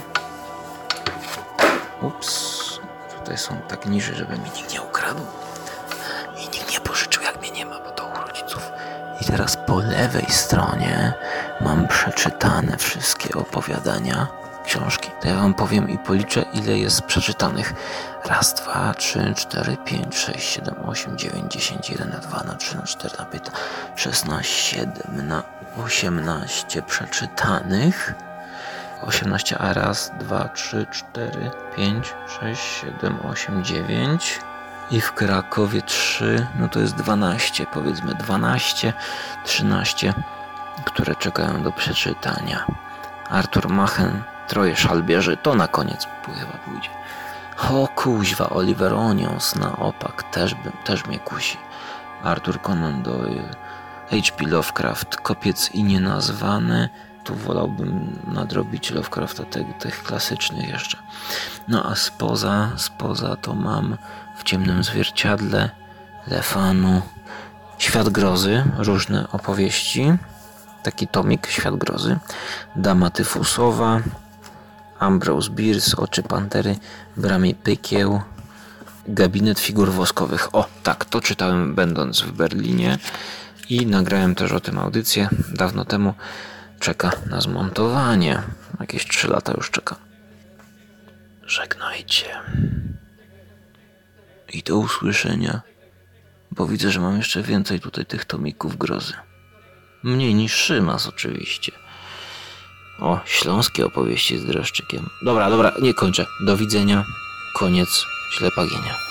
Ups, tutaj są tak niżej, żeby mi nikt nie ukradł i nikt nie pożyczył, jak mnie nie ma, bo to u rodziców. I teraz po lewej stronie mam przeczytane wszystkie opowiadania, książki. To ja wam powiem i policzę, ile jest przeczytanych. Raz, dwa, trzy, cztery, pięć, sześć, siedem, osiem, dziewięć, dziesięć, jeden na dwa, na trzy, na cztery, na pięć, szesnaście, siedem, na osiemnaście przeczytanych. osiemnaście, a raz, dwa, trzy, cztery, pięć, sześć, siedem, osiem, dziewięć. I w Krakowie trzy, no to jest dwanaście, powiedzmy dwanaście, trzynaście, które czekają do przeczytania. Artur Machen, Troje szalbierzy, to na koniec chyba pójdzie. O kuźwa, Oliver Onions na opak, też, bym, też mnie kusi. Arthur Conan Doyle, H P Lovecraft, Kopiec i Nienazwany. Tu wolałbym nadrobić Lovecrafta, te, tych klasycznych jeszcze. No a spoza, spoza to mam W ciemnym zwierciadle, Lefanu, Świat grozy, różne opowieści. Taki tomik, Świat grozy. Dama tyfusowa, Ambrose Bierce, Oczy pantery, Bramie pykieł, Gabinet figur woskowych. O, tak, to czytałem będąc w Berlinie i nagrałem też o tym audycję dawno temu. Czeka na zmontowanie. Jakieś trzy lata już czeka. Żegnajcie. I do usłyszenia, bo widzę, że mam jeszcze więcej tutaj tych tomików grozy. Mniej niż Szymas oczywiście. O, śląskie opowieści z dreszczykiem. Dobra, dobra, nie kończę. Do widzenia. Koniec. Ślepa ginia.